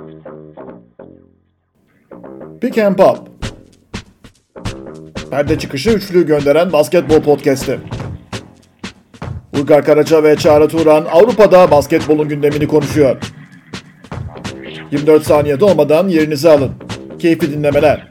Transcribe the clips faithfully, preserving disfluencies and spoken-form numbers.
Pick and Pop. Perde çıkışı üçlüyü gönderen basketbol podcast'i. Uygar Karaca ve Çağrı Turan Avrupa'da basketbolun gündemini konuşuyor. yirmi dört saniyede olmadan yerinizi alın. Keyifli dinlemeler.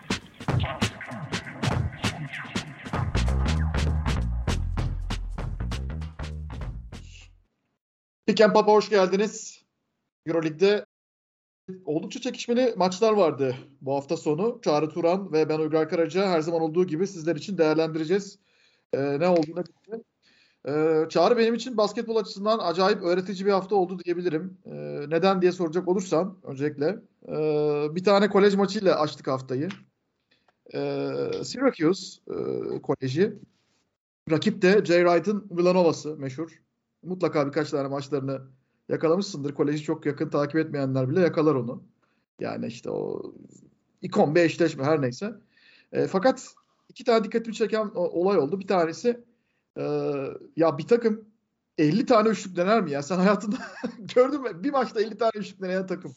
Pick and Pop'a hoş geldiniz. Euroleague'de oldukça çekişmeli maçlar vardı bu hafta sonu. Çağrı Turan ve ben Uygar Karaca her zaman olduğu gibi sizler için değerlendireceğiz. Ee, ne olduğunu bitti. Ee, Çağrı benim için basketbol açısından acayip öğretici bir hafta oldu diyebilirim. Ee, neden diye soracak olursan öncelikle. Ee, bir tane kolej maçıyla açtık haftayı. Ee, Syracuse e, Koleji. Rakip de Jay Wright'ın Villanova'sı meşhur. Mutlaka birkaç tane maçlarını yakalamışsındır. Koleji çok yakın takip etmeyenler bile yakalar onu. Yani işte o ikon bir eşleşme her neyse. E, fakat iki tane dikkatimi çeken o, olay oldu. Bir tanesi e, ya bir takım elli tane üçlük dener mi ya? Sen hayatında gördün mü? Bir maçta elli tane üçlük deneyen takım.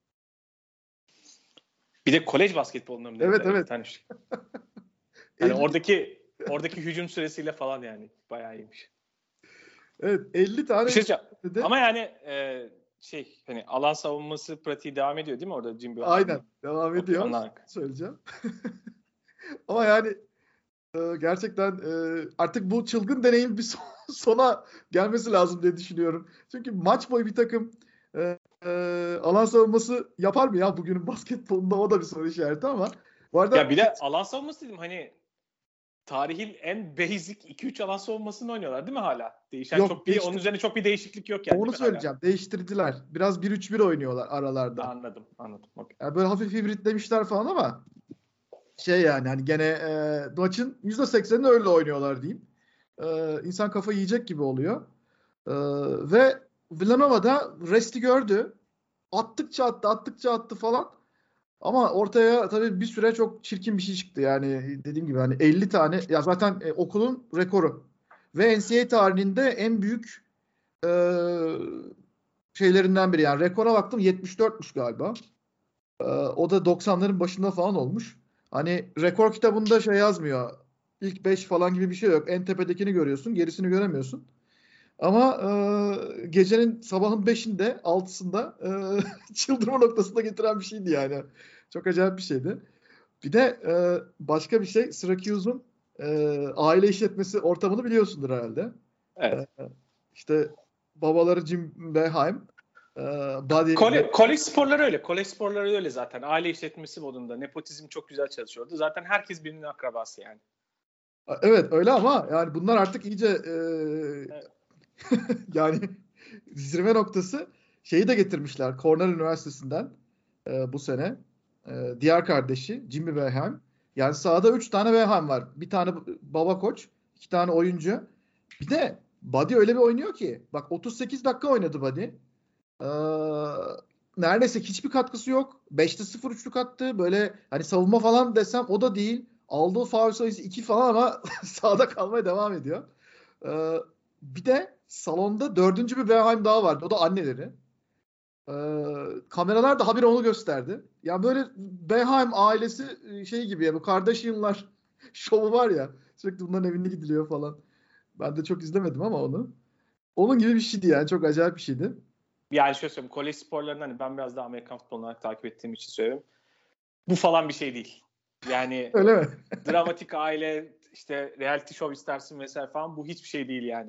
Bir de kolej basketbolunda mı? Evet evet. Tane üçlük. Yani oradaki oradaki hücum süresiyle falan yani bayağı iyiymiş. Evet elli tane. Şey de... Ama yani e, şey hani alan savunması pratiği devam ediyor değil mi orada Jimmy? Aynen devam ediyor. Okay, söyleyeceğim. Ama yani e, gerçekten e, artık bu çılgın deneyim bir son, sona gelmesi lazım diye düşünüyorum. Çünkü maç boyu bir takım e, e, alan savunması yapar mı ya bugünün basketbolunda, o da bir soru işareti ama. Bu arada... Ya bir de alan savunması dedim hani tarihin en basic iki üç alan savunmasını oynuyorlar değil mi hala? Değişen yok, çok bir değiştir- onun üzerine çok bir değişiklik yok yani. Onu söyleyeceğim. Hala? Değiştirdiler. Biraz bir üç bir oynuyorlar aralarda. Anladım, anladım. Okay. Yani böyle hafif hibritlemişler falan ama şey yani hani gene e, maçın yüzde seksenini öyle oynuyorlar diyeyim. E, insan kafa yiyecek gibi oluyor. E, ve Villanova'da resti gördü. Attıkça attı, attıkça attı falan. Ama ortaya tabii bir süre çok çirkin bir şey çıktı. Yani dediğim gibi hani elli tane ya zaten e, okulun rekoru. Ve N C A A tarihinde en büyük e, şeylerinden biri. Yani rekora baktım yetmiş dörtmüş galiba. E, o da doksanların başında falan olmuş. Hani rekor kitabında şey yazmıyor. İlk beş falan gibi bir şey yok. En tepedekini görüyorsun. Gerisini göremiyorsun. Ama e, gecenin sabahın beşinde altısında e, çıldırma noktasına getiren bir şeydi yani. Çok acayip bir şeydi. Bir de e, başka bir şey, Syracuse'un e, aile işletmesi ortamını biliyorsundur herhalde. Evet. E, işte babaları Jim Boeheim. E, Buddy Kole, ve... Kolej sporları öyle. Kolej sporları öyle zaten. Aile işletmesi modunda. Nepotizm çok güzel çalışıyordu. Zaten herkes birbirinin akrabası yani. Evet öyle ama yani bunlar artık iyice e, evet. yani zirve noktası. Şeyi de getirmişler Cornell Üniversitesi'nden e, bu sene. E, diğer kardeşi Jimmy Boeheim. Yani sahada üç tane Boeheim var. Bir tane baba koç, iki tane oyuncu. Bir de Buddy öyle bir oynuyor ki. Bak otuz sekiz dakika oynadı Buddy. Ee, neredeyse hiçbir katkısı yok. beşte sıfır üçlük attı. Böyle hani savunma falan desem o da değil. Aldığı faul sayısı iki falan ama sahada kalmaya devam ediyor. Ee, bir de salonda dördüncü bir Boeheim daha vardı. O da anneleri. Ee, kameralar da habire onu gösterdi. Yani böyle Boeheim ailesi şey gibi ya, bu Kardashian'lar şovu var ya. Sürekli bunların evine gidiliyor falan. Ben de çok izlemedim ama onu. Onun gibi bir şeydi yani. Çok acayip bir şeydi. Yani şöyle söyleyeyim. Kolej sporlarından hani ben biraz daha Amerikan futbolunu takip ettiğim için söylüyorum. Bu falan bir şey değil. Yani öyle mi? Dramatik aile, işte reality show istersin vesaire falan, bu hiçbir şey değil yani.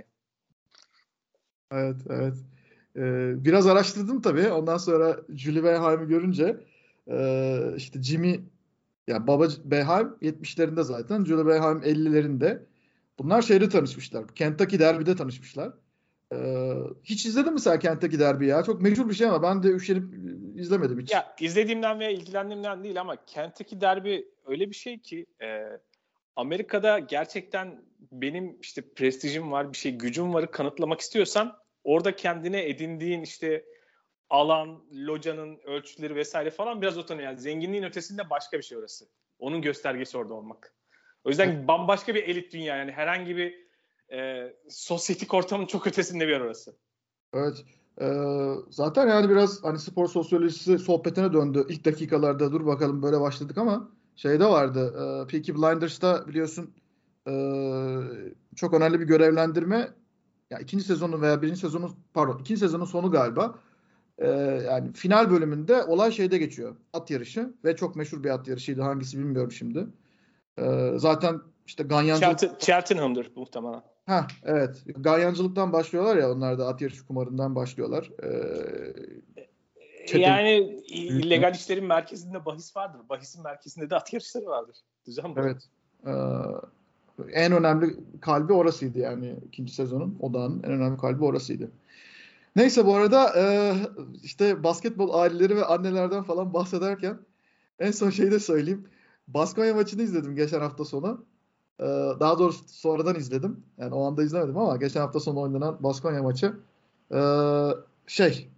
Evet, evet. Ee, biraz araştırdım tabii. Ondan sonra Julie Boeheim'i görünce e, işte Jimmy, yani baba Boeheim yetmişlerinde zaten. Julie Boeheim ellilerinde. Bunlar şeyde tanışmışlar. Kentucky Derby'de tanışmışlar. Ee, hiç izledin mi sen Kentucky Derby ya? Çok meşhur bir şey ama ben de üşenip izlemedim hiç. Ya izlediğimden veya ilgilendiğimden değil ama Kentucky Derby öyle bir şey ki e, Amerika'da gerçekten benim işte prestijim var, bir şey gücüm varı kanıtlamak istiyorsan orada kendine edindiğin işte alan, locanın ölçüleri vesaire falan biraz utanıyor. Yani zenginliğin ötesinde başka bir şey orası. Onun göstergesi orada olmak. O yüzden bambaşka bir elit dünya. Yani herhangi bir e, sosyetik ortamın çok ötesinde bir yer orası. Evet. Ee, zaten yani biraz hani spor sosyolojisi sohbetine döndü ilk dakikalarda. Dur bakalım böyle başladık ama şeyde vardı. E, Peaky Blinders'ta biliyorsun e, çok önemli bir görevlendirme. Ya ikinci sezonun veya birinci sezonun pardon ikinci sezonun sonu galiba. E, yani final bölümünde olay şeyde geçiyor. At yarışı ve çok meşhur bir at yarışıydı. Hangisi bilmiyorum şimdi. E, zaten işte ganyancılık. Chelten, Cheltenham'dır muhtemelen. Ha evet. Ganyancılıktan başlıyorlar ya, onlar da at yarışı kumarından başlıyorlar. Ee, çete Yani büyütme. illegal işlerin merkezinde bahis vardır. Bahisin merkezinde de at yarışları vardır. Düzen bu. Evet. Ee, en önemli kalbi orasıydı yani ikinci sezonun odağının en önemli kalbi orasıydı. Neyse bu arada e, işte basketbol aileleri ve annelerden falan bahsederken en son şeyi de söyleyeyim. Baskonya maçını izledim geçen hafta sonu. Ee, daha doğrusu sonradan izledim. Yani o anda izlemedim ama geçen hafta sonu oynanan Baskonya maçı. Ee, şey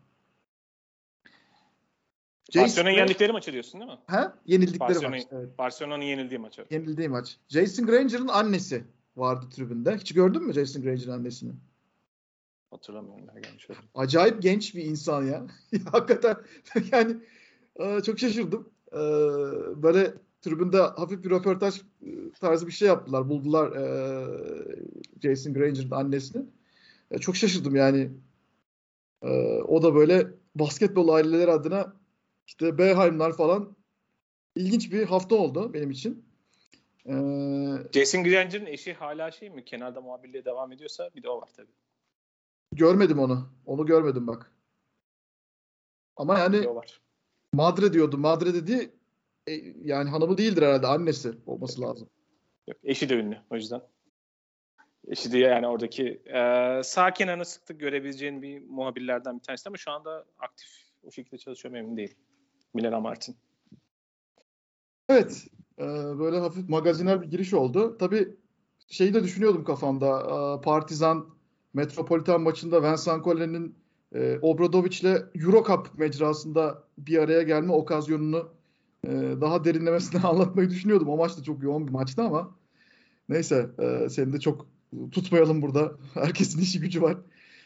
Barcelona'nın Jason yendikleri maçı diyorsun değil mi? Ha? Yenildikleri Barcelona, maç. Evet. Barcelona'nın yenildiği maçı. Yenildiği maç. Jason Granger'ın annesi vardı tribünde. Hiç gördün mü Jason Granger'ın annesini? Hatırlamıyorum ne gelmiş oldum. Acayip genç bir insan ya. Hakikaten yani e, çok şaşırdım. E, böyle tribünde hafif bir röportaj tarzı bir şey yaptılar. Buldular e, Jason Granger'ın annesini. E, çok şaşırdım yani. E, o da böyle basketbol aileleri adına işte Boeheim'lar falan ilginç bir hafta oldu benim için. Ee, Jason Granger'ın eşi hala şey mi? Kenarda muhabirliğe devam ediyorsa bir de o var tabii. görmedim onu. Onu görmedim bak. Ama Bir de yani o var. Madre diyordu. Madre dedi e, yani hanımı değildir herhalde. Annesi olması Yok, yok. lazım. Yok. Eşi de ünlü o yüzden. Eşi de yani oradaki e, sağ kenarına sıklık görebileceğin bir muhabirlerden bir tanesi ama şu anda aktif o şekilde çalışıyor mu emin değilim. Milena Martin. Evet. e, böyle hafif magazinel bir giriş oldu. Tabii şeyi de düşünüyordum kafamda. E, Partizan Metropolitan maçında Vincent Collet'in e, Obradovic'le Euro Cup mecrasında bir araya gelme okazyonunu e, daha derinlemesine anlatmayı düşünüyordum. O maç da çok yoğun bir maçtı ama neyse e, seni de çok tutmayalım burada. Herkesin işi gücü var.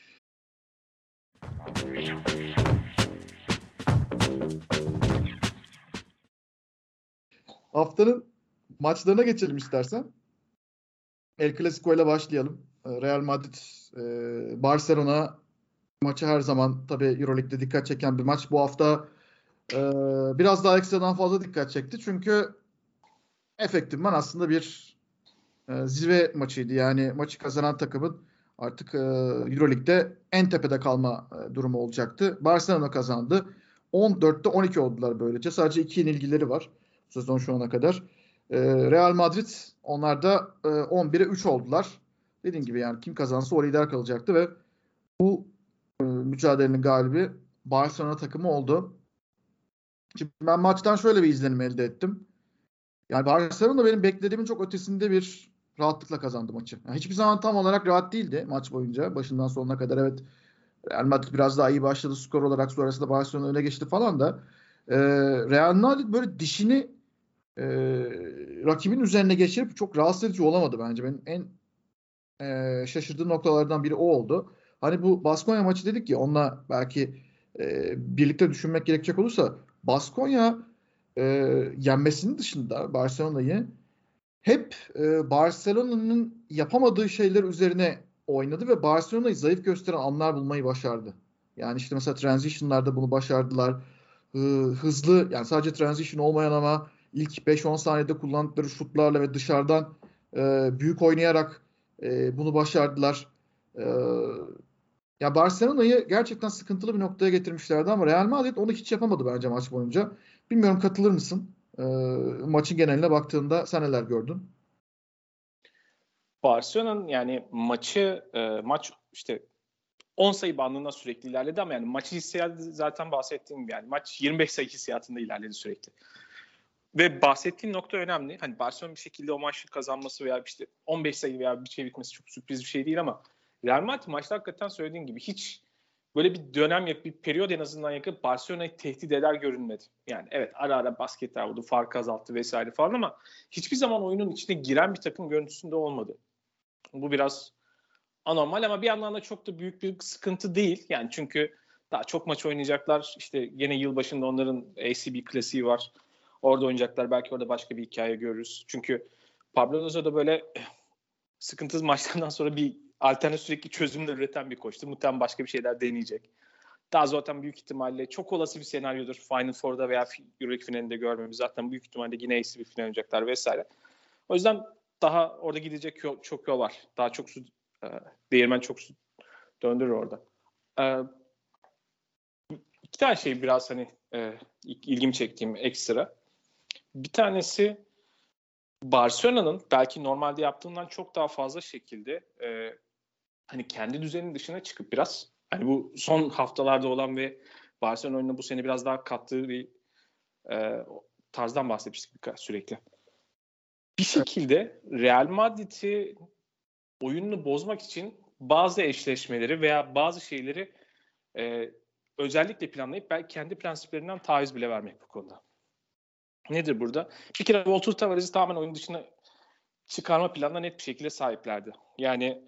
Haftanın maçlarına geçelim istersen. El Clasico ile başlayalım. Real Madrid, e, Barcelona maçı her zaman tabii Euroleague'de dikkat çeken bir maç. Bu hafta e, biraz daha ekstradan fazla dikkat çekti. Çünkü efektifman aslında bir e, zirve maçıydı. Yani maçı kazanan takımın artık e, Euroleague'de en tepede kalma e, durumu olacaktı. Barcelona kazandı. on dörtte on iki oldular böylece. Sadece iki yenilgileri var sezon şu ana kadar. E, Real Madrid onlar da e, on bire üç oldular. Dediğim gibi yani kim kazansa o lider kalacaktı ve bu e, mücadelenin galibi Barcelona takımı oldu. Şimdi ben maçtan şöyle bir izlenim elde ettim. Yani Barcelona benim beklediğimin çok ötesinde bir rahatlıkla kazandı maçı. Yani hiçbir zaman tam olarak rahat değildi maç boyunca. Başından sonuna kadar evet Real Madrid biraz daha iyi başladı skor olarak, sonrasında Barcelona öne geçti falan da e, Real Madrid böyle dişini e, rakibin üzerine geçirip çok rahatsız edici olamadı bence. Benim en e, şaşırdığım noktalardan biri o oldu. Hani bu Baskonya maçı dedik ya, onunla belki e, birlikte düşünmek gerekecek olursa Baskonya e, yenmesinin dışında Barcelona'yı hep e, Barcelona'nın yapamadığı şeyler üzerine oynadı ve Barcelona'yı zayıf gösteren anlar bulmayı başardı. Yani işte mesela transition'larda bunu başardılar. Hı, hızlı yani sadece transition olmayan ama ilk beş on saniyede kullandıkları şutlarla ve dışarıdan e, büyük oynayarak e, bunu başardılar. E, ya Barcelona'yı gerçekten sıkıntılı bir noktaya getirmişlerdi ama Real Madrid onu hiç yapamadı bence maç boyunca. Bilmiyorum, katılır mısın? E, maçın geneline baktığında sen neler gördün? Barcelona'nın yani maçı e, maç işte on sayı bandında sürekli ilerledi ama yani maçı hissiyatı zaten bahsettiğim gibi yani maç yirmi beş sayı hissiyatında ilerledi sürekli. Ve bahsettiğim nokta önemli. Hani Barcelona bir şekilde o maçı kazanması veya işte on beş sayı veya bir şey bitmesi çok sürpriz bir şey değil ama Real Madrid maçta hakikaten söylediğin gibi hiç böyle bir dönem, bir periyod en azından yakın Barcelona'yı tehdit eder görünmedi. Yani evet ara ara basketler vurdu, fark azalttı vesaire falan ama hiçbir zaman oyunun içine giren bir takım görüntüsünde olmadı. Bu biraz anormal ama bir yandan da çok da büyük bir sıkıntı değil. Yani çünkü Daha çok maç oynayacaklar. İşte gene yılbaşında onların A C B klasiği var. Orada oynayacaklar. Belki orada başka bir hikaye görürüz. Çünkü Pablo Laso da böyle sıkıntılı maçlardan sonra bir alternatif sürekli çözümler üreten bir koçtu. Muhtemelen başka bir şeyler deneyecek. Daha zaten büyük ihtimalle çok olası bir senaryodur. Final Four'da veya Euroleague finalinde görmemiz. Zaten büyük ihtimalle yine A C B final oynayacaklar vesaire. O yüzden daha orada gidecek yol, çok yol var. Daha çok su, e, değirmen çok su döndürür orada. E, iki tane şey biraz hani e, ilgimi çektiğim ekstra. Bir tanesi Barcelona'nın belki normalde yaptığından çok daha fazla şekilde e, hani kendi düzeninin dışına çıkıp biraz hani bu son haftalarda olan ve Barcelona oyununa bu sene biraz daha kattığı bir e, tarzdan bahsetmiştik sürekli. Bir şekilde Real Madrid'i oyununu bozmak için bazı eşleşmeleri veya bazı şeyleri e, özellikle planlayıp belki kendi prensiplerinden taviz bile vermek bu konuda. Nedir burada? Bir kere Walter Tavares'i tamamen oyun dışına çıkarma planına net bir şekilde sahiplerdi. Yani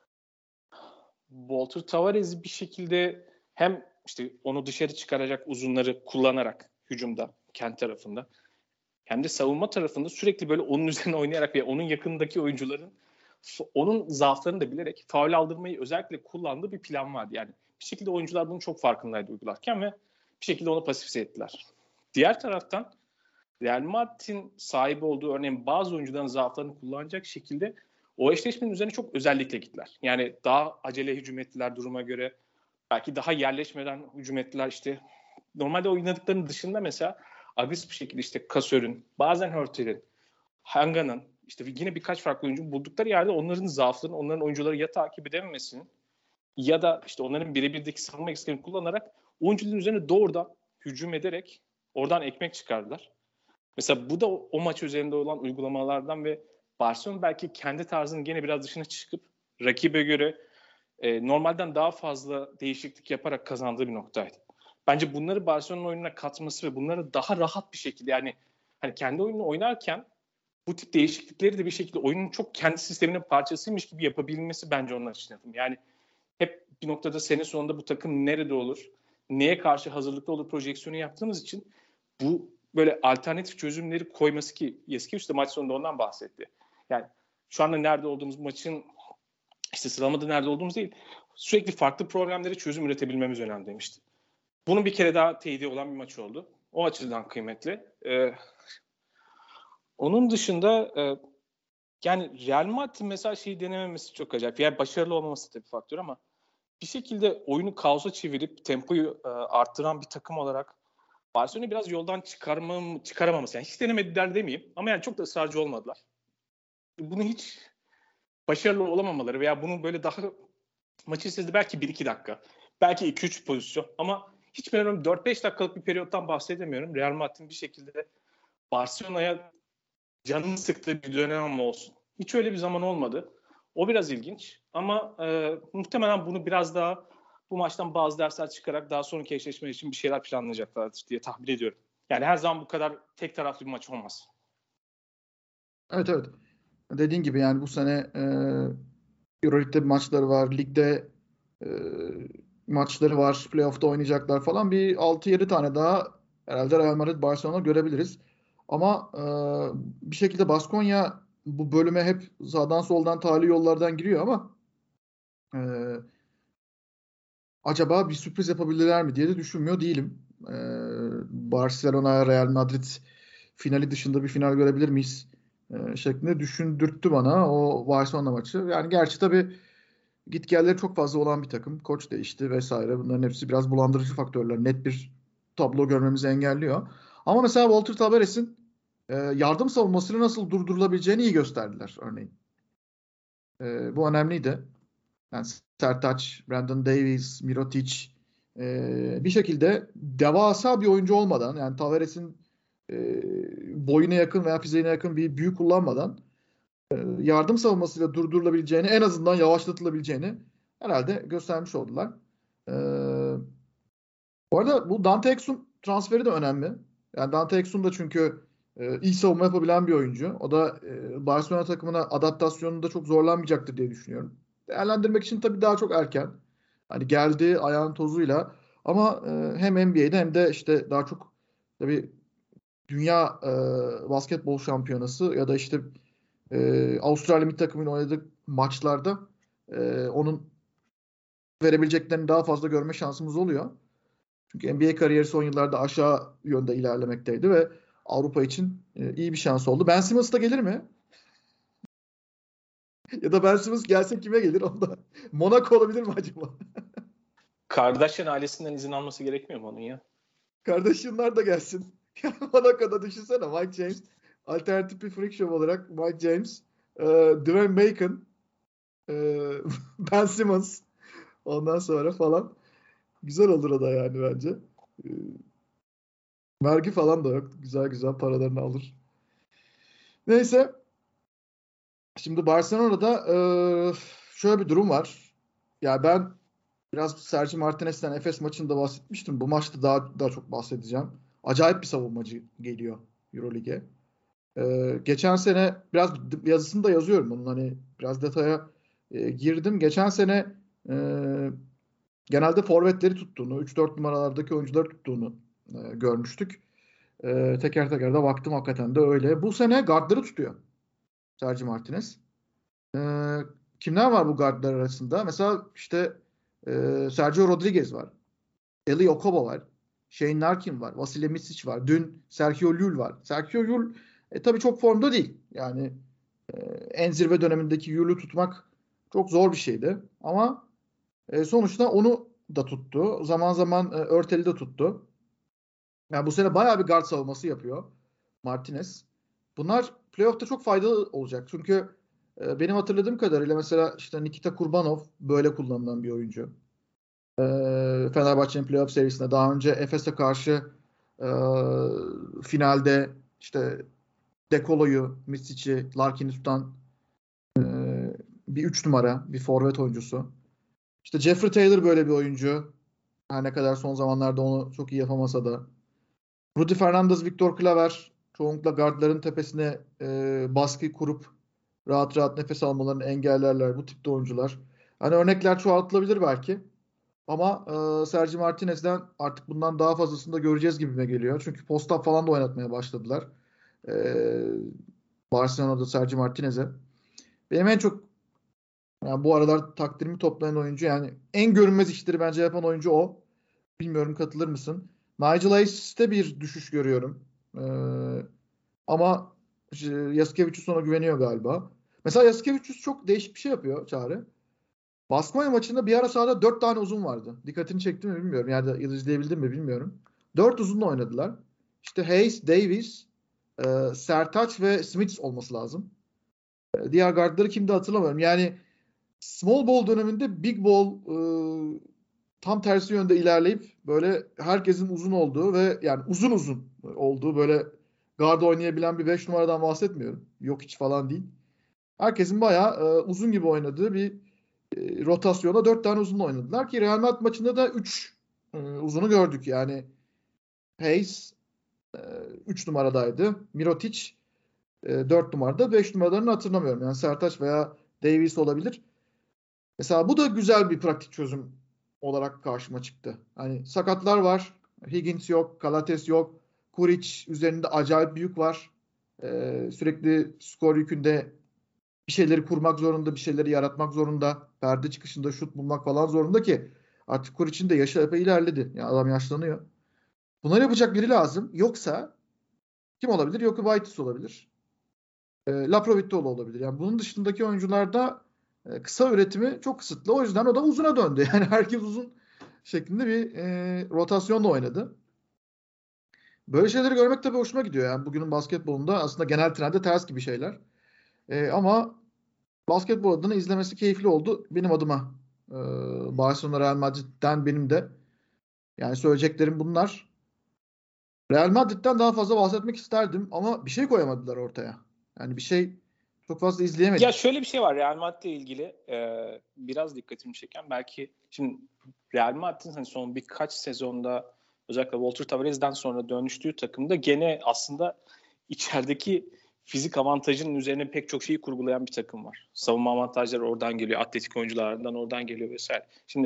Walter Tavares'i bir şekilde hem işte onu dışarı çıkaracak uzunları kullanarak hücumda kendi tarafında hem de savunma tarafında sürekli böyle onun üzerine oynayarak ve onun yakındaki oyuncuların onun zaaflarını da bilerek faul aldırmayı özellikle kullandığı bir plan vardı. Yani bir şekilde oyuncular bunun çok farkındaydı uygularken ve bir şekilde onu pasifize ettiler. Diğer taraftan Real Madrid'in sahibi olduğu örneğin bazı oyuncuların zaaflarını kullanacak şekilde o eşleşmenin üzerine çok özellikle gittiler. Yani daha acele hücum ettiler duruma göre. Belki daha yerleşmeden hücum ettiler işte. Normalde oynadıklarının dışında mesela agresif bir şekilde işte Kasör'ün, bazen Hörtel'in, Hanga'nın işte yine birkaç farklı oyuncu buldukları yerde onların zaaflarını, onların oyuncuları ya takip edememesinin ya da işte onların birebirdeki savunma eksiklerini kullanarak oyuncuların üzerine doğrudan hücum ederek oradan ekmek çıkardılar. Mesela bu da o, o maç üzerinde olan uygulamalardan ve Barcelona belki kendi tarzının gene biraz dışına çıkıp rakibe göre e, normalden daha fazla değişiklik yaparak kazandığı bir noktaydı. Bence bunları Barcelona'nın oyununa katması ve bunları daha rahat bir şekilde yani hani kendi oyununu oynarken bu tip değişiklikleri de bir şekilde oyunun çok kendi sisteminin parçasıymış gibi yapabilmesi bence onlar için yapım. Yani hep bir noktada sene sonunda bu takım nerede olur, neye karşı hazırlıklı olur projeksiyonu yaptığımız için bu böyle alternatif çözümleri koyması ki Yasikevicius de maç sonunda ondan bahsetti. Yani şu anda nerede olduğumuz maçın işte sıralamada nerede olduğumuz değil, sürekli farklı problemlere çözüm üretebilmemiz önemli demişti. Bunun bir kere daha teyidi olan bir maç oldu. O açıdan kıymetli. Ee, onun dışında e, yani Real Madrid mesela şeyi denememesi çok acayip. Yani başarılı olmaması tabii faktör ama bir şekilde oyunu kaosa çevirip tempoyu e, arttıran bir takım olarak Barcelona'yı biraz yoldan çıkarmam, çıkaramaması. Yani hiç denemediler demeyeyim ama yani çok da ısrarcı olmadılar. Bunu hiç başarılı olamamaları veya bunu böyle daha maçı içerisinde belki bir iki dakika, belki iki üç pozisyon ama hiç bilmiyorum dört beş dakikalık bir periyottan bahsedemiyorum. Real Madrid'in bir şekilde Barcelona'ya canını sıktığı bir dönem olsun. Hiç öyle bir zaman olmadı. O biraz ilginç ama e, muhtemelen bunu biraz daha bu maçtan bazı dersler çıkarak daha sonraki eşleşme için bir şeyler planlayacaklardır diye tahmin ediyorum. Yani her zaman bu kadar tek taraflı bir maç olmaz. Evet evet. Dediğin gibi yani bu sene e, Euroleague'de maçları var. Ligde e, maçları var. Playoff'ta oynayacaklar falan. Bir altı yedi tane daha herhalde Real Madrid Barcelona görebiliriz. Ama e, bir şekilde Baskonya bu bölüme hep sağdan soldan tali yollardan giriyor ama e, acaba bir sürpriz yapabilirler mi diye de düşünmüyor değilim. E, Barcelona Real Madrid finali dışında bir final görebilir miyiz? E, şeklinde düşündürttü bana o Barcelona maçı. Yani gerçi tabii gitgelleri çok fazla olan bir takım. Koç değişti vesaire. Bunların hepsi biraz bulandırıcı faktörler. Net bir tablo görmemizi engelliyor. Ama mesela Walter Tavares'in e, yardım savunmasını nasıl durdurulabileceğini iyi gösterdiler örneğin. E, bu önemliydi. Yani Sertaç, Brandon Davies, Mirotic e, bir şekilde devasa bir oyuncu olmadan yani Tavares'in e, boyuna yakın veya fiziğine yakın bir büyük kullanmadan yardım savunmasıyla durdurulabileceğini, en azından yavaşlatılabileceğini herhalde göstermiş oldular. Ee, bu arada bu Dante Exum transferi de önemli. Yani Dante Exum da çünkü e, iyi savunma yapabilen bir oyuncu. O da e, Barcelona takımına adaptasyonunda çok zorlanmayacaktır diye düşünüyorum. Değerlendirmek için tabii daha çok erken. Hani geldi ayağın tozuyla. Ama e, hem N B A'de hem de işte daha çok tabii dünya e, basketbol şampiyonası ya da işte e, Avustralya milli takımıyla oynadığı maçlarda e, onun verebileceklerini daha fazla görme şansımız oluyor. Çünkü N B A kariyeri son yıllarda aşağı yönde ilerlemekteydi ve Avrupa için e, iyi bir şans oldu. Ben Simmons da gelir mi? Ya da Ben Simmons gelse kime gelir? Onda Monaco olabilir mi acaba? Kardashian ailesinden izin alması gerekmiyor mu onun ya? Kardeşinler de gelsin. Monaco'da düşünsene Mike James. Alternatif bir freak show olarak Mike James, e, Dwayne Bacon, e, Ben Simmons ondan sonra falan. Güzel olur o da yani bence. E, vergi falan da yok. Güzel güzel paralarını alır. Neyse. Şimdi Barcelona'da e, şöyle bir durum var. Ya ben biraz Sergio Martinez'den Efes maçında bahsetmiştim. Bu maçta daha daha çok bahsedeceğim. Acayip bir savunmacı geliyor EuroLeague'e. E, geçen sene biraz yazısını da yazıyorum onun, hani biraz detaya e, girdim. Geçen sene e, genelde forvetleri tuttuğunu, üç dört numaralardaki oyuncuları tuttuğunu e, görmüştük. E, teker teker de baktım, hakikaten de öyle. Bu sene guardları tutuyor Sergio Martinez. Ee, kimler var bu guardlar arasında? Mesela işte e, Sergio Rodriguez var. Eli Okobo var. Shane Larkin var. Vasilij Micic var. Dün Sergio Llull var. Sergio Llull e, tabii çok formda değil. Yani e, en zirve dönemindeki Llull'u tutmak çok zor bir şeydi. Ama e, sonuçta onu da tuttu. Zaman zaman e, Örtel'i de tuttu. Yani bu sene bayağı bir guard savunması yapıyor Martinez. Bunlar playoff'ta çok faydalı olacak. Çünkü e, benim hatırladığım kadarıyla mesela işte Nikita Kurbanov böyle kullanılan bir oyuncu. E, Fenerbahçe'nin playoff serisinde daha önce Efes'e karşı e, finalde işte Dekolo'yu, Misic'i, Larkin'i tutan e, bir üç numara, bir forvet oyuncusu. İşte Jeffrey Taylor böyle bir oyuncu. Her ne kadar son zamanlarda onu çok iyi yapamasa da. Rudy Fernandez, Victor Claver çoğunlukla guardların tepesine e, baskı kurup rahat rahat nefes almalarını engellerler bu tipte oyuncular. Hani örnekler çoğaltılabilir belki. Ama e, Sergio Martinez'den artık bundan daha fazlasını da göreceğiz gibime geliyor. Çünkü post-up falan da oynatmaya başladılar. E, Barcelona'da Sergio Martinez'e. Benim en çok yani bu aralar takdirimi toplayan oyuncu, yani en görünmez işleri bence yapan oyuncu o. Bilmiyorum, katılır mısın? Nigel Hayes'te bir düşüş görüyorum. Ee, ama Jasikevicius ona güveniyor galiba. Mesela Jasikevicius çok değişik bir şey yapıyor Çağrı. Baskonya maçında bir ara sahada dört tane uzun vardı. Dikkatini çekti mi bilmiyorum. Yani ya da izleyebildin mi bilmiyorum. Dört uzunla oynadılar. İşte Hayes, Davis, e, Sertaç ve Smith olması lazım. E, diğer guardları kimdi hatırlamıyorum. Yani small ball döneminde big ball e, tam tersi yönde ilerleyip böyle herkesin uzun olduğu ve yani uzun uzun olduğu, böyle guard oynayabilen bir beş numaradan bahsetmiyorum. Yok hiç falan değil. Herkesin bayağı e, uzun gibi oynadığı bir e, rotasyona dört tane uzunla oynadılar ki Real Madrid maçında da üç e, uzunu gördük. Yani Hayes e, üç numaradaydı. Mirotic e, dört numarada. beş numaralarını hatırlamıyorum. Yani Sertaç veya Davis olabilir. Mesela bu da güzel bir pratik çözüm olarak karşıma çıktı. Hani sakatlar var. Higgins yok. Kalates yok. Kuric üzerinde acayip bir yük var. Ee, sürekli skor yükünde bir şeyleri kurmak zorunda. Bir şeyleri yaratmak zorunda. Perde çıkışında şut bulmak falan zorunda ki artık Kuric'in de yaşı epey ilerledi. Yani adam yaşlanıyor. Bunları yapacak biri lazım. Yoksa kim olabilir? Yoku Vaitis olabilir. E, Laprovittoğlu olabilir. Yani bunun dışındaki oyuncularda e, kısa üretimi çok kısıtlı. O yüzden o da uzuna döndü. Yani herkes uzun şeklinde bir e, rotasyonla oynadı. Böyle şeyleri görmek tabii hoşuma gidiyor. Yani bugünün basketbolunda aslında genel trende ters gibi şeyler. E, ama basketbol adına izlemesi keyifli oldu benim adıma. E, Barcelona Real Madrid'den benim de. Yani söyleyeceklerim bunlar. Real Madrid'den daha fazla bahsetmek isterdim ama bir şey koyamadılar ortaya. Yani bir şey çok fazla Ya izleyemedik. şöyle bir şey var Real Madrid'le ilgili e, biraz dikkatimi çeken, belki şimdi Real Madrid'in hani son birkaç sezonda özellikle Walter Tavares'den sonra dönüştüğü takımda gene aslında içerideki fizik avantajının üzerine pek çok şeyi kurgulayan bir takım var. Savunma avantajları oradan geliyor, atletik oyunculardan oradan geliyor vesaire. Şimdi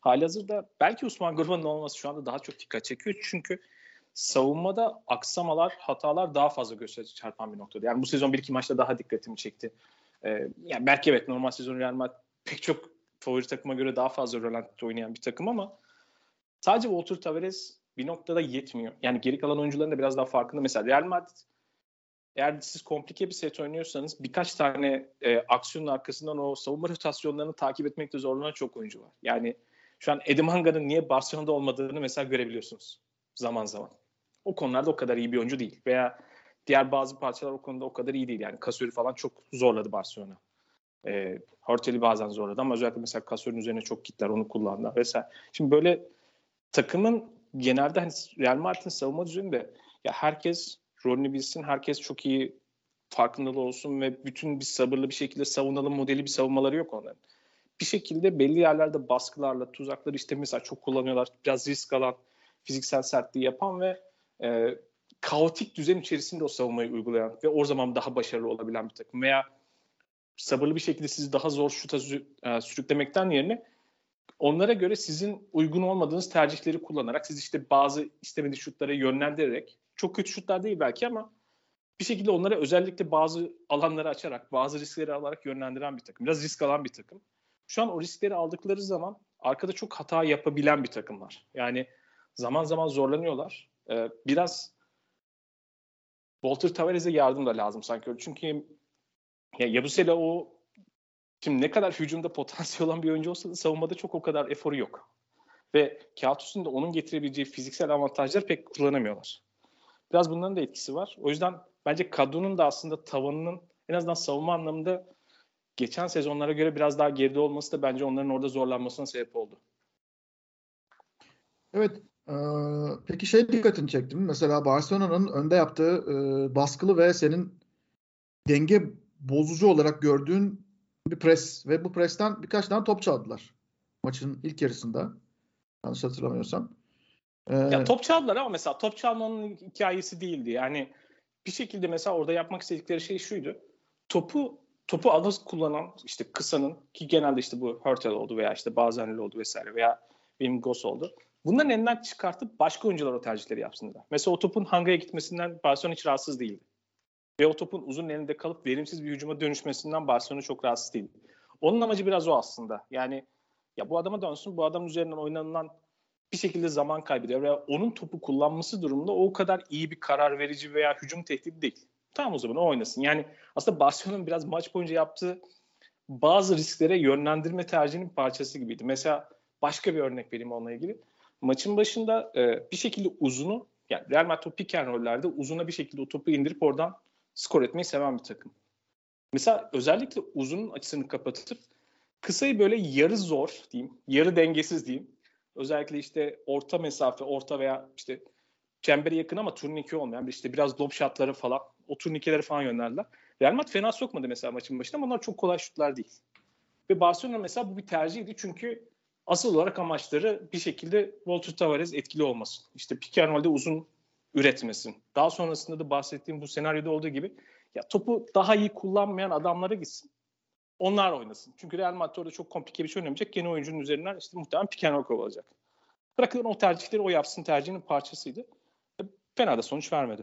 halihazırda belki Osman Gurban'ın olması şu anda daha çok dikkat çekiyor. Çünkü savunmada aksamalar, hatalar daha fazla göze çarpan bir noktada. Yani bu sezon bir iki maçta daha dikkatimi çekti. Ee, yani belki evet normal sezon Real Madrid pek çok favori takıma göre daha fazla rölanti oynayan bir takım ama sadece Walter Tavares bir noktada yetmiyor. Yani geri kalan oyuncuların da biraz daha farkında. Mesela Real Madrid eğer siz komplike bir set oynuyorsanız birkaç tane e, aksiyonun arkasından o savunma rotasyonlarını takip etmekte zorlanan çok oyuncu var. Yani şu an Edimanga'nın niye Barcelona'da olmadığını mesela görebiliyorsunuz zaman zaman. O konularda o kadar iyi bir oyuncu değil. Veya diğer bazı parçalar o konuda o kadar iyi değil. Yani Casori falan çok zorladı Barcelona. E, Hurtel'i bazen zorladı ama özellikle mesela Casori'nin üzerine çok gittiler, onu kullandı vesaire. Şimdi böyle takımın genelde hani Real Madrid'in savunma düzeninde ya herkes rolünü bilsin, herkes çok iyi farkındalığı olsun ve bütün bir sabırlı bir şekilde savunalım modeli bir savunmaları yok onların. Bir şekilde belli yerlerde baskılarla, tuzakları işte mesela çok kullanıyorlar. Biraz risk alan, fiziksel sertliği yapan ve e, kaotik düzen içerisinde o savunmayı uygulayan ve o zaman daha başarılı olabilen bir takım. Veya sabırlı bir şekilde sizi daha zor şuta e, sürüklemekten yerine onlara göre sizin uygun olmadığınız tercihleri kullanarak siz işte bazı istemediği şutlara yönlendirerek çok kötü şutlar değil belki ama bir şekilde onlara özellikle bazı alanları açarak, bazı riskleri alarak yönlendiren bir takım. Biraz risk alan bir takım. Şu an o riskleri aldıkları zaman arkada çok hata yapabilen bir takım var. Yani zaman zaman zorlanıyorlar. Ee, biraz Walter Tavares'e yardım da lazım sanki. Çünkü ya Yabusele o şimdi ne kadar hücumda potansiyel olan bir oyuncu olsa da savunmada çok o kadar eforu yok. Ve kağıt üstünde onun getirebileceği fiziksel avantajları pek kullanamıyorlar. Biraz bunların da etkisi var. O yüzden bence kadronun da aslında tavanının en azından savunma anlamında geçen sezonlara göre biraz daha geride olması da bence onların orada zorlanmasına sebep oldu. Evet. E, peki şey dikkatini çekti mi? Mesela Barcelona'nın önde yaptığı e, baskılı ve senin denge bozucu olarak gördüğün bir pres ve bu presten birkaç tane top çaldılar. Maçın ilk yarısında. Yanlış hatırlamıyorsam. Ee, Ya top çaldılar ama mesela top çalmanın hikayesi değildi. Yani bir şekilde mesela orada yapmak istedikleri şey şuydu. Topu topu az kullanan işte kısanın ki genelde işte bu Hurtel oldu veya işte bazen oldu vesaire veya benim Gos oldu. Bunların elinden çıkartıp başka oyuncular o tercihleri yapsınlar. Mesela o topun Hanga'ya gitmesinden Barcelona hiç rahatsız değildi. Ve o topun uzun elinde kalıp verimsiz bir hücuma dönüşmesinden Barcelona çok rahatsız değildi. Onun amacı biraz o aslında. Yani ya bu adama dönsün, bu adamın üzerinden oynanılan bir şekilde zaman kaybediyor ve onun topu kullanması durumunda o kadar iyi bir karar verici veya hücum tehdidi değil. Tamam o zaman o oynasın. Yani aslında Barcelona'nın biraz maç boyunca yaptığı bazı risklere yönlendirme tercihinin parçası gibiydi. Mesela başka bir örnek vereyim onunla ilgili. Maçın başında e, bir şekilde uzunu, yani Real Madrid pick and roll'lerde uzuna bir şekilde o topu indirip oradan skor etmeyi seven bir takım. Mesela özellikle uzunun açısını kapatıp kısayı böyle yarı zor diyeyim, yarı dengesiz diyeyim. Özellikle işte orta mesafe, orta veya işte çembere yakın ama turnike olmayan işte biraz lob shotları falan, o turnikeleri falan yönlendiler. Real Madrid fena sokmadı mesela maçın başında ama onlar çok kolay şutlar değil. Ve Barcelona mesela bu bir tercihiydi çünkü asıl olarak amaçları bir şekilde Walter Tavares etkili olmasın. İşte pick and roll'de uzun üretmesin. Daha sonrasında da bahsettiğim bu senaryoda olduğu gibi ya topu daha iyi kullanmayan adamlara gitsin. Onlar oynasın. Çünkü Real Madrid orada çok komplike bir şey oynamayacak. Yeni oyuncunun üzerinden işte muhtemelen pick and roll kovalayacak. Bırakın o tercihleri o yapsın tercihinin parçasıydı. Fena da sonuç vermedi.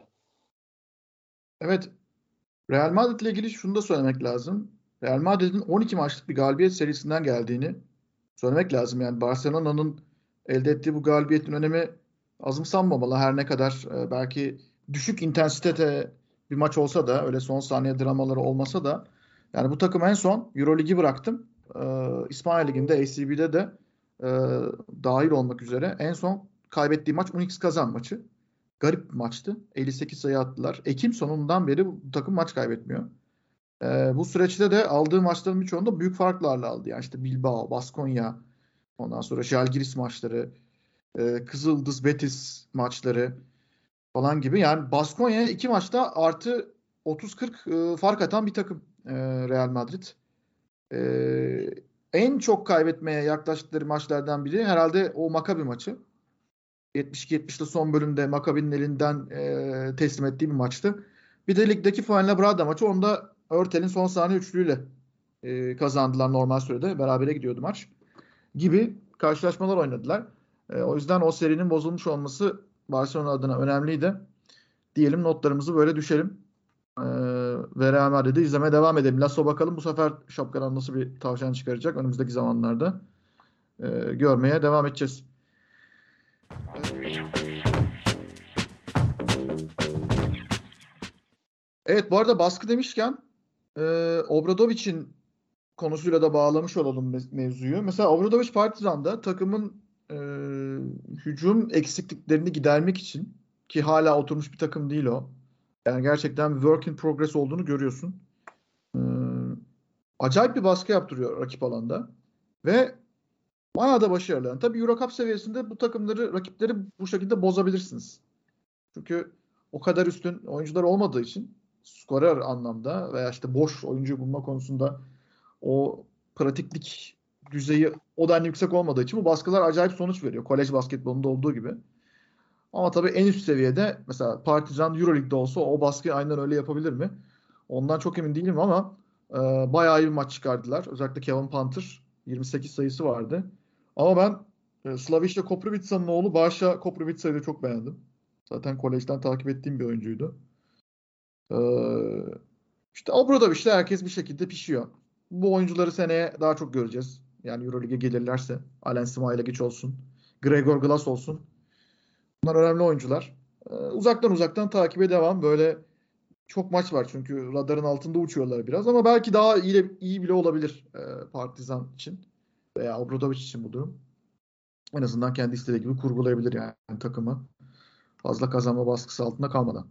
evet. Real Madrid ile ilgili şunu da söylemek lazım. Real Madrid'in on iki maçlık bir galibiyet serisinden geldiğini söylemek lazım. Yani Barcelona'nın elde ettiği bu galibiyetin önemi azımsanmamalı. Her ne kadar e, belki düşük intensitede bir maç olsa da öyle son saniye dramaları olmasa da yani bu takım en son Euroligi bıraktım. E, İspanya Ligi'nde A C B'de de e, dahil olmak üzere en son kaybettiği maç Unix Kazan maçı. Garip bir maçtı. elli sekiz sayı attılar. Ekim sonundan beri bu takım maç kaybetmiyor. Ee, bu süreçte de aldığı maçların birçoğunda büyük farklarla aldı. Yani işte Bilbao, Baskonya, ondan sonra Žalgiris maçları, e, Kızıldız Betis maçları falan gibi. Yani Baskonya'ya iki maçta artı otuz kırk e, fark atan bir takım e, Real Madrid. E, en çok kaybetmeye yaklaştıkları maçlardan biri herhalde o Maccabi maçı. yetmiş iki yetmişte son bölümde Maccabi'nin elinden e, teslim ettiği bir maçtı. Bir de ligdeki Fuenlabrada maçı. Onda Örtel'in son saniye üçlüğüyle e, kazandılar normal sürede. Berabere gidiyordu maç. Gibi karşılaşmalar oynadılar. E, o yüzden o serinin bozulmuş olması Barcelona adına önemliydi. Diyelim, notlarımızı böyle düşelim. E, ve Real Madrid'i izlemeye devam edelim. Lasso bakalım bu sefer şapkadan nasıl bir tavşan çıkaracak önümüzdeki zamanlarda. E, görmeye devam edeceğiz. Evet, bu arada baskı demişken e, Obradovic'in konusuyla da bağlamış olalım me- mevzuyu. Mesela Obradovic Partizan'da takımın e, hücum eksikliklerini gidermek için, ki hala oturmuş bir takım değil o. Yani gerçekten bir work in progress olduğunu görüyorsun. E, acayip bir baskı yaptırıyor rakip alanda. Ve bayağı da başarılı. Yani tabii Euro Cup seviyesinde bu takımları, rakipleri bu şekilde bozabilirsiniz. Çünkü o kadar üstün oyuncular olmadığı için skorer anlamda veya işte boş oyuncu bulma konusunda o pratiklik düzeyi o denli yüksek olmadığı için bu baskılar acayip sonuç veriyor. Kolej basketbolunda olduğu gibi. Ama tabii en üst seviyede mesela Partizan Euroleague'de olsa o baskıyı aynen öyle yapabilir mi? Ondan çok emin değilim ama e, bayağı iyi bir maç çıkardılar. Özellikle Kevin Panther yirmi sekiz sayısı vardı. Ama ben e, Slaviša Koprivica'nın oğlu Barša Koprivica'yı da çok beğendim. Zaten kolejden takip ettiğim bir oyuncuydu. Ee, işte Obradovic'le herkes bir şekilde pişiyor. Bu oyuncuları seneye daha çok göreceğiz. Yani Euroleague'e gelirlerse. Alen Smailagić olsun. Gregor Glass olsun. Bunlar önemli oyuncular. Ee, uzaktan uzaktan takibe devam. Böyle çok maç var çünkü radarın altında uçuyorlar biraz ama belki daha iyi, iyi bile olabilir e, Partizan için veya Obradovic için bu durum. En azından kendi istediği gibi kurgulayabilir yani takımı. Fazla kazanma baskısı altında kalmadan.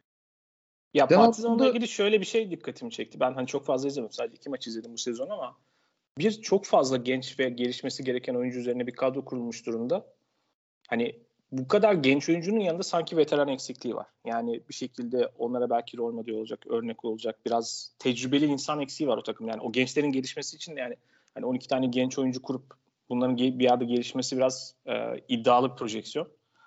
Ya Partizan'la Devamında ilgili şöyle bir şey dikkatimi çekti. Ben hani çok fazla izlemedim. Sadece iki maç izledim bu sezon ama bir, çok fazla genç ve gelişmesi gereken oyuncu üzerine bir kadro kurulmuş durumda. Hani bu kadar genç oyuncunun yanında sanki veteran eksikliği var. Yani bir şekilde onlara belki rol model olacak, örnek olacak. Biraz tecrübeli insan eksiği var o takım. Yani o gençlerin gelişmesi için de yani hani on iki tane genç oyuncu kurup bunların bir yerde gelişmesi biraz e, iddialı bir projeksiyon.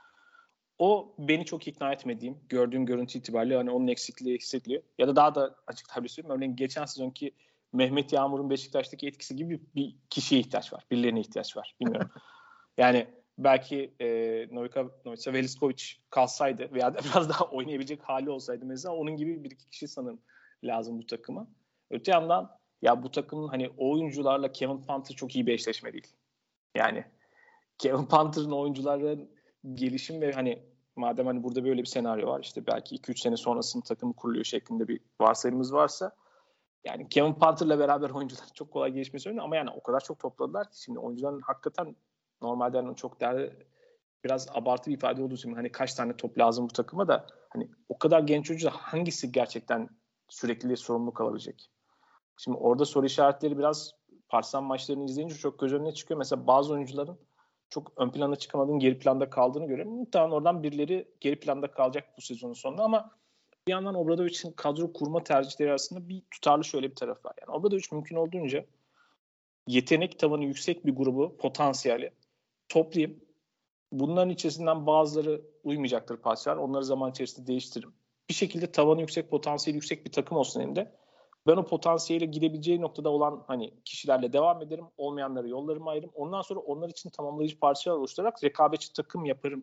O beni çok ikna etmediğim, gördüğüm görüntü itibariyle hani onun eksikliği hissediliyor. Ya da daha da açık tabir söyleyeyim. Örneğin geçen sezonki Mehmet Yağmur'un Beşiktaş'taki etkisi gibi bir kişiye ihtiyaç var. Birilerine ihtiyaç var. Bilmiyorum. Yani belki e, Novica, Novica Veliskovic kalsaydı veya da biraz daha oynayabilecek hali olsaydı mesela onun gibi bir iki kişi sanırım lazım bu takıma. Öte yandan ya bu takımın hani oyuncularla Kevin Panther çok iyi bir eşleşme değil. Yani Kevin Panther'ın oyuncuların gelişim ve hani madem hani burada böyle bir senaryo var işte belki iki üç sene sonrasında takımı kuruluyor şeklinde bir varsayımımız varsa yani Kevin Panther'la beraber oyuncular çok kolay gelişmesi önemli ama yani o kadar çok topladılar ki şimdi oyuncuların hakikaten normalde hani çok değerli biraz abartı bir ifade olduğu için hani kaç tane top lazım bu takıma da hani o kadar genç oyuncu hangisi gerçekten sürekli sorumluluk alabilecek? Şimdi orada soru işaretleri biraz Partizan maçlarını izleyince çok göz önüne çıkıyor. Mesela bazı oyuncuların çok ön planda çıkamadığını, geri planda kaldığını görüyorum. Muhtemelen oradan birileri geri planda kalacak bu sezonun sonunda ama bir yandan Obradovic'in kadro kurma tercihleri arasında bir tutarlı şöyle bir taraf var. Yani Obradovic mümkün olduğunca yetenek tavanı yüksek bir grubu, potansiyeli toplayayım. Bunların içerisinden bazıları uymayacaktır paslar. Onları zaman içerisinde değiştiririm. Bir şekilde tavanı yüksek, potansiyeli yüksek bir takım olsun elinde. Ben o potansiyele gidebileceği noktada olan hani kişilerle devam ederim. Olmayanları yollarıma ayırırım. Ondan sonra onlar için tamamlayıcı parçalar oluşturarak rekabetçi takım yaparım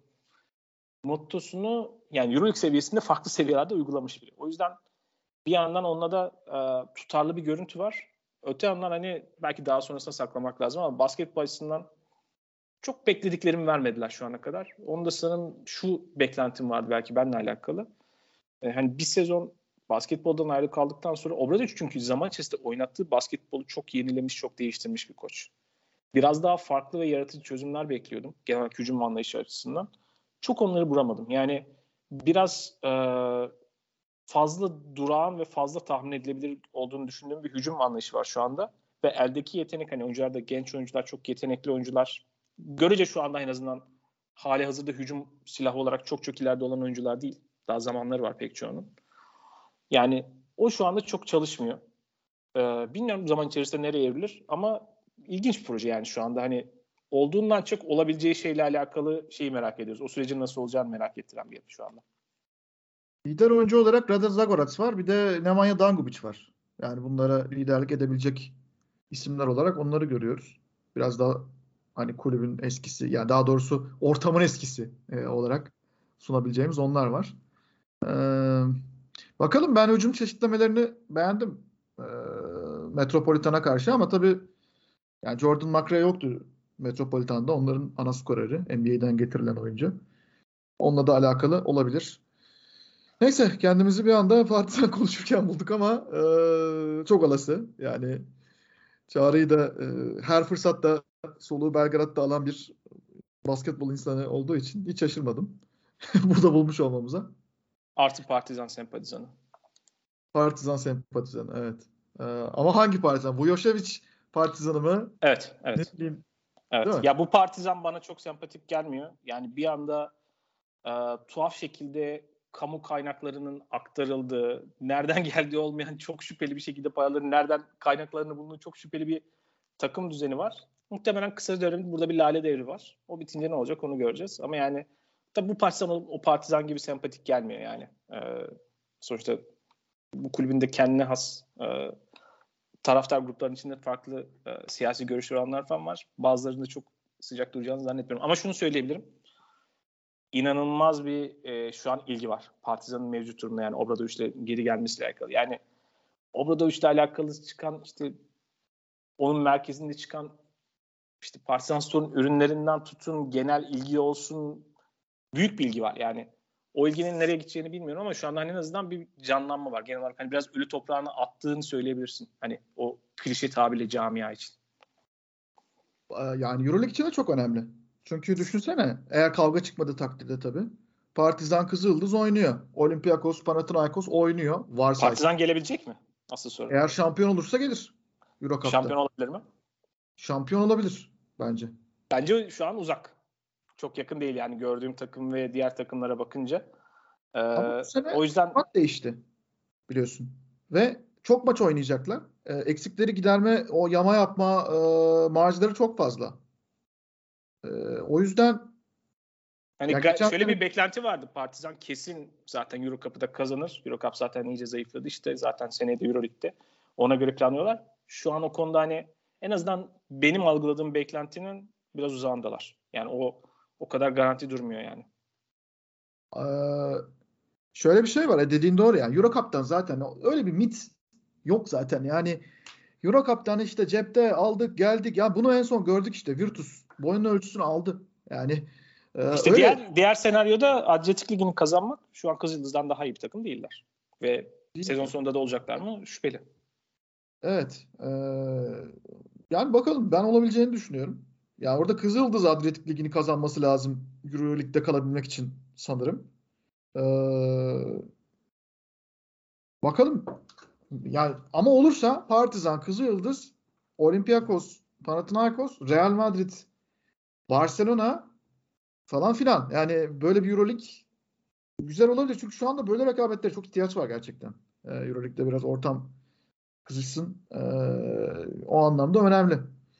mottosunu yani Euroleague seviyesinde farklı seviyelerde uygulamış biri. O yüzden bir yandan onunla da e, tutarlı bir görüntü var. Öte yandan hani belki daha sonrasında saklamak lazım ama basketbol açısından çok beklediklerimi vermediler şu ana kadar. Onun da sanırım şu beklentim vardı belki benimle alakalı. E, hani bir sezon basketboldan ayrı kaldıktan sonra Obradovic çünkü zaman içerisinde oynattığı basketbolu çok yenilemiş, çok değiştirmiş bir koç. Biraz daha farklı ve yaratıcı çözümler bekliyordum genel hücum anlayışı açısından. Çok onları bulamadım. Yani biraz e, fazla durağan ve fazla tahmin edilebilir olduğunu düşündüğüm bir hücum anlayışı var şu anda. Ve eldeki yetenek hani oyuncular da genç oyuncular, çok yetenekli oyuncular. Görece şu anda en azından hali hazırda hücum silahı olarak çok çok ileride olan oyuncular değil. Daha zamanları var pek çoğunun. Yani o şu anda çok çalışmıyor. Ee, bilmiyorum zaman içerisinde nereye evrilir ama ilginç bir proje yani şu anda hani olduğundan çok olabileceği şeyle alakalı şeyi merak ediyoruz. O sürecin nasıl olacağını merak ettiren bir yapı şu anda. lider oyuncu olarak Rade Zagorac var. Bir de Nemanja Dangubic var. Yani bunlara liderlik edebilecek isimler olarak onları görüyoruz. Biraz daha hani kulübün eskisi, yani daha doğrusu ortamın eskisi e, olarak sunabileceğimiz onlar var. E, bakalım, ben hücum çeşitlemelerini beğendim e, Metropolitan'a karşı, ama tabii yani Jordan McRae yoktu Metropolitan'da. Onların ana skoreri, N B A'den getirilen oyuncu. Onunla da alakalı olabilir. Neyse, kendimizi bir anda Partizan konuşurken bulduk ama e, çok olası. Yani Çağrı'yı da e, her fırsatta soluğu Belgrad'da alan bir basketbol insanı olduğu için hiç şaşırmadım. Burada bulmuş olmamıza. Artı Partizan sempatizanı. Partizan sempatizanı, evet. E, ama hangi Partizan? Vujošević Partizanı mı? Evet, Ne evet. bileyim, değil Evet. mi? Ya bu Partizan bana çok sempatik gelmiyor. Yani bir anda e, tuhaf şekilde kamu kaynaklarının aktarıldığı, nereden geldiği olmayan çok şüpheli bir şekilde paraların nereden kaynaklarını bulunduğu çok şüpheli bir takım düzeni var. Muhtemelen kısa dönemde burada bir lale devri var. O bitince ne olacak onu göreceğiz. Ama yani tabii bu Partizan o Partizan gibi sempatik gelmiyor yani. Ee, sonuçta bu kulübün de kendine has e, taraftar gruplarının içinde farklı e, siyasi görüşler olanlar falan var. Bazılarında çok sıcak duracağını zannetmiyorum. Ama şunu söyleyebilirim. İnanılmaz bir e, şu an ilgi var. Partizan'ın mevcut durumunda, yani Obradović'le geri gelmesiyle alakalı. Yani Obradović'le alakalı çıkan, işte onun merkezinde çıkan işte Partizan Store'un ürünlerinden tutun, genel ilgi olsun, büyük bir ilgi var. Yani o ilginin nereye gideceğini bilmiyorum ama şu anda hani en azından bir canlanma var. Genel olarak hani biraz ölü toprağına attığını söyleyebilirsin. Hani o klişe tabirle camia için. E, yani Euroleague için de çok önemli. Çünkü düşünsene, eğer kavga çıkmadığı takdirde tabii. Partizan Kızıldız oynuyor. Olympiakos, Panathinaikos oynuyor. Varsay. Partizan gelebilecek mi? Asıl soru. Eğer şampiyon olursa gelir Euro Cup'ta. Şampiyon olabilir mi? Şampiyon olabilir bence. Bence şu an uzak. Çok yakın değil yani gördüğüm takım ve diğer takımlara bakınca. Ee, Ama bu sene o yüzden format değişti biliyorsun. Ve çok maç oynayacaklar. E, eksikleri giderme, o yama yapma e, marjları çok fazla. E, o yüzden hani ya ga- geçen şöyle sene bir beklenti vardı. Partizan kesin zaten Euro Cup'ı da kazanır. Euro Cup zaten iyice zayıfladı. İşte zaten seneye de Euro Lig'de. Ona göre planlıyorlar. Şu an o konuda hani en azından benim algıladığım beklentinin biraz uzağındalar. Yani o o kadar garanti durmuyor yani. e, şöyle bir şey var. E, dediğin doğru yani. Euro Cup'tan zaten öyle bir mit yok zaten. Yani Euro Cup'tan işte cepte aldık geldik. Ya bunu en son gördük işte. Virtus boyunun ölçüsünü aldı. Yani e, İşte öyle diğer diğer senaryoda Adriyatik Ligi'ni kazanmak, şu an Kızıldız'dan daha iyi bir takım değiller. Ve değil. sezon sonunda da olacaklar mı? Şüpheli. Evet. E, yani bakalım, ben olabileceğini düşünüyorum. Yani orada Kızıldız Adriyatik Ligi'ni kazanması lazım Euro Lig'de kalabilmek için sanırım. E, bakalım. Yani ama olursa Partizan, Kızıldız, Olympiakos, Panathinaikos, Real Madrid, Barcelona falan filan. Yani böyle bir Euroleague güzel olabilir. Çünkü şu anda böyle rekabetlere çok ihtiyaç var gerçekten. Ee, Euroleague'de biraz ortam kızışsın. Ee, o anlamda önemli.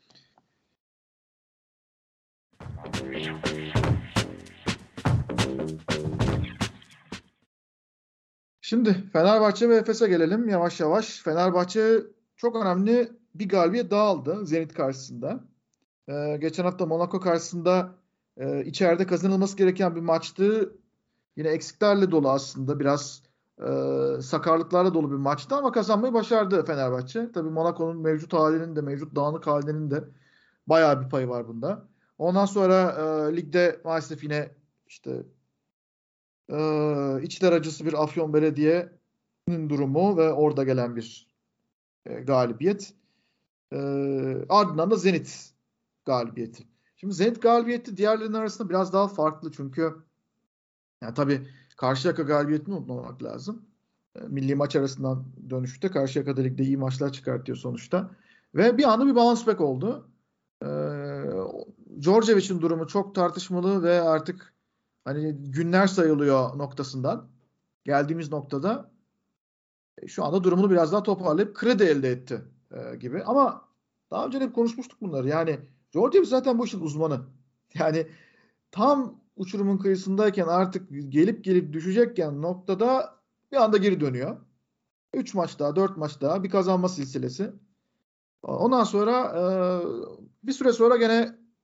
Şimdi Fenerbahçe ve Efes'e gelelim yavaş yavaş. Fenerbahçe çok önemli bir galibiyet daha aldı Zenit karşısında. Ee, geçen hafta Monaco karşısında e, içeride kazanılması gereken bir maçtı. Yine eksiklerle dolu aslında. Biraz e, sakarlıklarla dolu bir maçtı ama kazanmayı başardı Fenerbahçe. Tabii Monaco'nun mevcut halinin de, mevcut dağınık halinin de bayağı bir payı var bunda. Ondan sonra e, ligde maalesef yine işte e, içler acısı bir Afyon Belediye'nin durumu ve orada gelen bir e, galibiyet. E, ardından da Zenit galibiyeti. Şimdi Zenit galibiyeti diğerlerinin arasında biraz daha farklı çünkü yani tabii Karşıyaka galibiyetini unutmamak lazım. E, Milli maç arasından dönüşte Karşıyaka da ligde iyi maçlar çıkartıyor sonuçta. Ve bir anda bir bounce back oldu. Ee, Djordjevic'in durumu çok tartışmalı ve artık hani günler sayılıyor noktasından. Geldiğimiz noktada e, şu anda durumunu biraz daha toparlayıp kredi elde etti e, gibi. Ama daha önce de konuşmuştuk bunları. Yani Djordjevic zaten bu işin uzmanı. Yani tam uçurumun kıyısındayken artık gelip gelip düşecekken noktada bir anda geri dönüyor. üç maç daha, dört maç daha, bir kazanma silsilesi. Ondan sonra e, bir süre sonra gene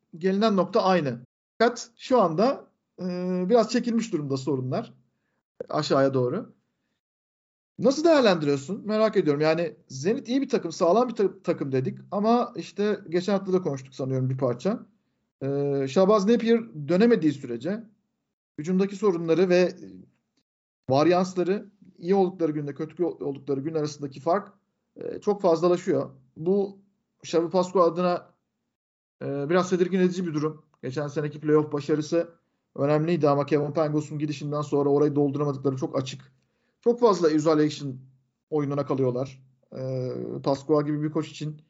gelinen nokta aynı. Fakat şu anda e, biraz çekilmiş durumda sorunlar aşağıya doğru. Nasıl değerlendiriyorsun? Merak ediyorum. Yani Zenit iyi bir takım, sağlam bir ta- takım dedik ama işte geçen hafta da konuştuk sanıyorum bir parça. Ee, Şahbaz Napier dönemediği sürece hücumdaki sorunları ve varyansları iyi oldukları günde kötü oldukları gün arasındaki fark e, çok fazlalaşıyor. Bu Xavi Pascual adına e, biraz tedirgin edici bir durum. Geçen seneki playoff başarısı önemliydi ama Kevin Pangos'un gidişinden sonra orayı dolduramadıkları çok açık. Çok fazla isolation oyununa kalıyorlar. E, Pascual gibi bir koç için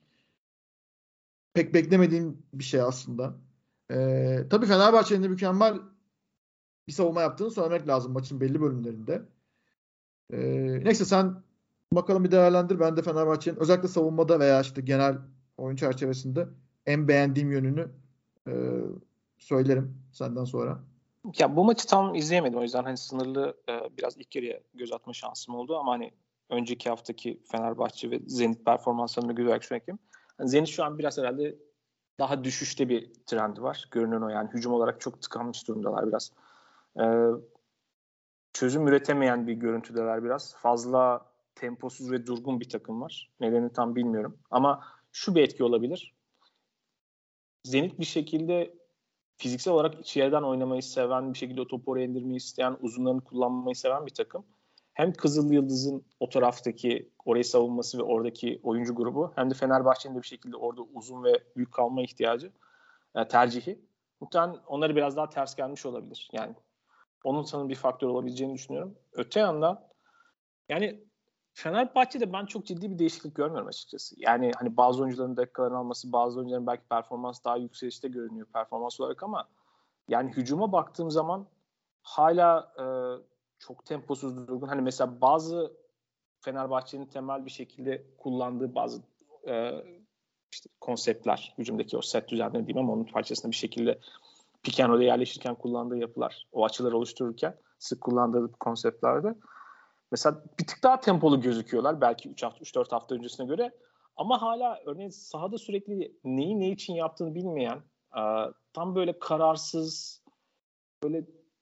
pek beklemediğim bir şey aslında. E, tabii Fenerbahçe'nin de mükemmel bir savunma yaptığını söylemek lazım maçın belli bölümlerinde. E, neyse sen bakalım bir değerlendir. Ben de Fenerbahçe'nin özellikle savunmada veya işte genel oyun çerçevesinde en beğendiğim yönünü e, söylerim senden sonra. Ya bu maçı tam izleyemedim, o yüzden hani sınırlı e, biraz ilk yarıya göz atma şansım oldu ama hani önceki haftaki Fenerbahçe ve Zenit performanslarını güzel olarak söyleyeyim. Yani Zenit şu an biraz herhalde daha düşüşte bir trendi var. Görünen o, yani hücum olarak çok tıkanmış durumdalar biraz. Ee, çözüm üretemeyen bir görüntüdeler biraz. Fazla temposuz ve durgun bir takım var. Nedenini tam bilmiyorum. Ama şu bir etki olabilir. Zenit bir şekilde fiziksel olarak içeriden oynamayı seven, bir şekilde o topu oraya indirmeyi isteyen, uzunlarını kullanmayı seven bir takım. Hem Kızıl Yıldız'ın o taraftaki orayı savunması ve oradaki oyuncu grubu, hem de Fenerbahçe'nin de bir şekilde orada uzun ve büyük kalma ihtiyacı, yani tercihi. Muhtemelen onları biraz daha ters gelmiş olabilir. Yani onun sanırım bir faktör olabileceğini düşünüyorum. Öte yandan yani Fenerbahçe'de ben çok ciddi bir değişiklik görmüyorum açıkçası. Yani hani bazı oyuncuların dakikalarını alması, bazı oyuncuların belki performans daha yükselişte görünüyor performans olarak ama yani hücuma baktığım zaman hala e, çok temposuz, durgun. Hani mesela bazı Fenerbahçe'nin temel bir şekilde kullandığı bazı e, işte konseptler, hücumdaki o set düzenleri diyeyim ama onun parçasında bir şekilde pick and roll'e yerleşirken kullandığı yapılar, o açıları oluştururken sık kullandığı konseptlerde mesela bir tık daha tempolu gözüküyorlar belki üç dört hafta öncesine göre ama hala örneğin sahada sürekli neyi ne için yaptığını bilmeyen, tam böyle kararsız, böyle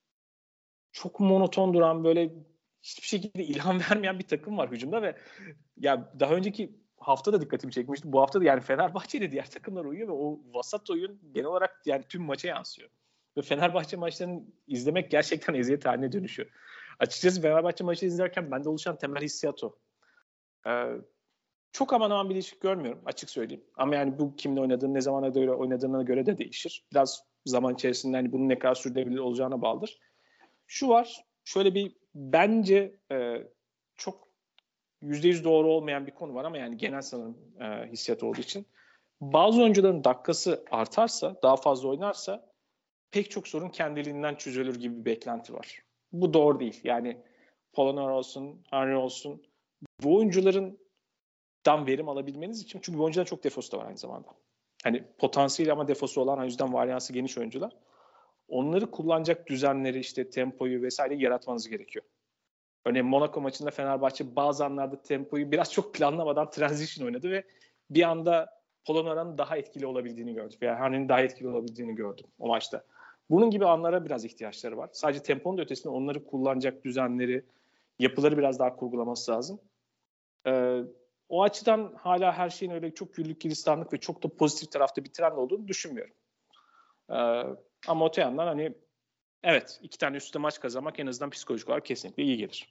çok monoton duran, böyle hiçbir şekilde ilham vermeyen bir takım var hücumda ve ya daha önceki hafta da dikkatimi çekmişti. Bu hafta da yani Fenerbahçe ile diğer takımlar uyuyor ve o vasat oyun genel olarak yani tüm maça yansıyor. Ve Fenerbahçe maçlarını izlemek gerçekten eziyet haline dönüşüyor. Açıkçası Fenerbahçe maçı izlerken bende oluşan temel hissiyat o. Ee, çok aman aman bir değişiklik görmüyorum açık söyleyeyim. Ama yani bu kimle oynadığını, ne zamana göre oynadığına göre de değişir. Biraz zaman içerisinde hani bunun ne kadar sürdürülebilir olacağına bağlıdır. Şu var, şöyle bir bence e, çok yüzde yüz doğru olmayan bir konu var ama yani genel sanırım e, hissiyat olduğu için. Bazı oyuncuların dakikası artarsa, daha fazla oynarsa pek çok sorun kendiliğinden çözülür gibi bir beklenti var. Bu doğru değil. Yani Polonara olsun, Henry olsun, bu oyuncuların dan verim alabilmeniz için, çünkü bu oyuncuların çok defosu da var aynı zamanda. Hani potansiyeli ama defosu olan, o yüzden varyansı geniş oyuncular. Onları kullanacak düzenleri, işte tempoyu vesaire yaratmanız gerekiyor. Örneğin Monaco maçında Fenerbahçe bazı anlarda tempoyu biraz çok planlamadan transition oynadı ve bir anda Polonara'nın daha etkili olabildiğini gördük. Veya Henry'nin daha etkili olabildiğini gördüm o maçta. Bunun gibi anlara biraz ihtiyaçları var. Sadece temponun ötesinde onları kullanacak düzenleri, yapıları biraz daha kurgulaması lazım. Ee, o açıdan hala her şeyin öyle çok güllük gülistanlık ve çok da pozitif tarafta bir trend olduğunu düşünmüyorum. Ee, ama öte yandan hani evet, iki tane üstte maç kazanmak en azından psikolojik olarak kesinlikle iyi gelir.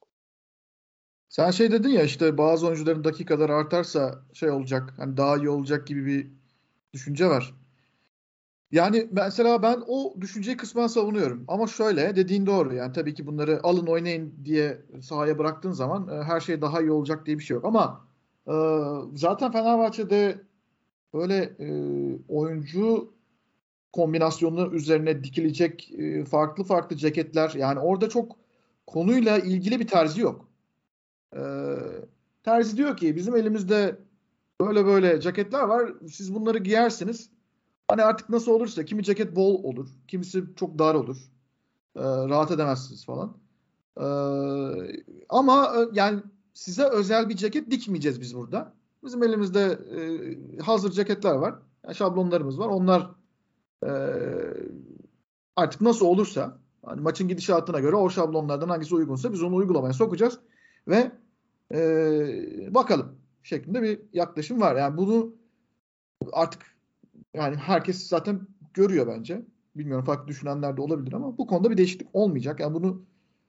Sen şey dedin ya işte bazı oyuncuların dakikaları artarsa şey olacak hani daha iyi olacak gibi bir düşünce var. Yani mesela ben o düşünceyi kısmen savunuyorum. Ama şöyle dediğin doğru yani tabii ki bunları alın oynayın diye sahaya bıraktığın zaman e, her şey daha iyi olacak diye bir şey yok. Ama e, zaten Fenerbahçe'de böyle e, oyuncu kombinasyonu üzerine dikilecek e, farklı farklı ceketler yani orada çok konuyla ilgili bir terzi yok. E, terzi diyor ki bizim elimizde böyle böyle ceketler var siz bunları giyersiniz. Hani artık nasıl olursa kimi ceket bol olur, kimisi çok dar olur. Ee, rahat edemezsiniz falan. Ee, ama e, yani size özel bir ceket dikmeyeceğiz biz burada. Bizim elimizde e, hazır ceketler var. Yani şablonlarımız var. Onlar e, artık nasıl olursa hani maçın gidişatına göre o şablonlardan hangisi uygunsa biz onu uygulamaya sokacağız ve e, bakalım şeklinde bir yaklaşım var. Yani bunu artık yani herkes zaten görüyor bence. Bilmiyorum, farklı düşünenler de olabilir ama bu konuda bir değişiklik olmayacak. Yani bunu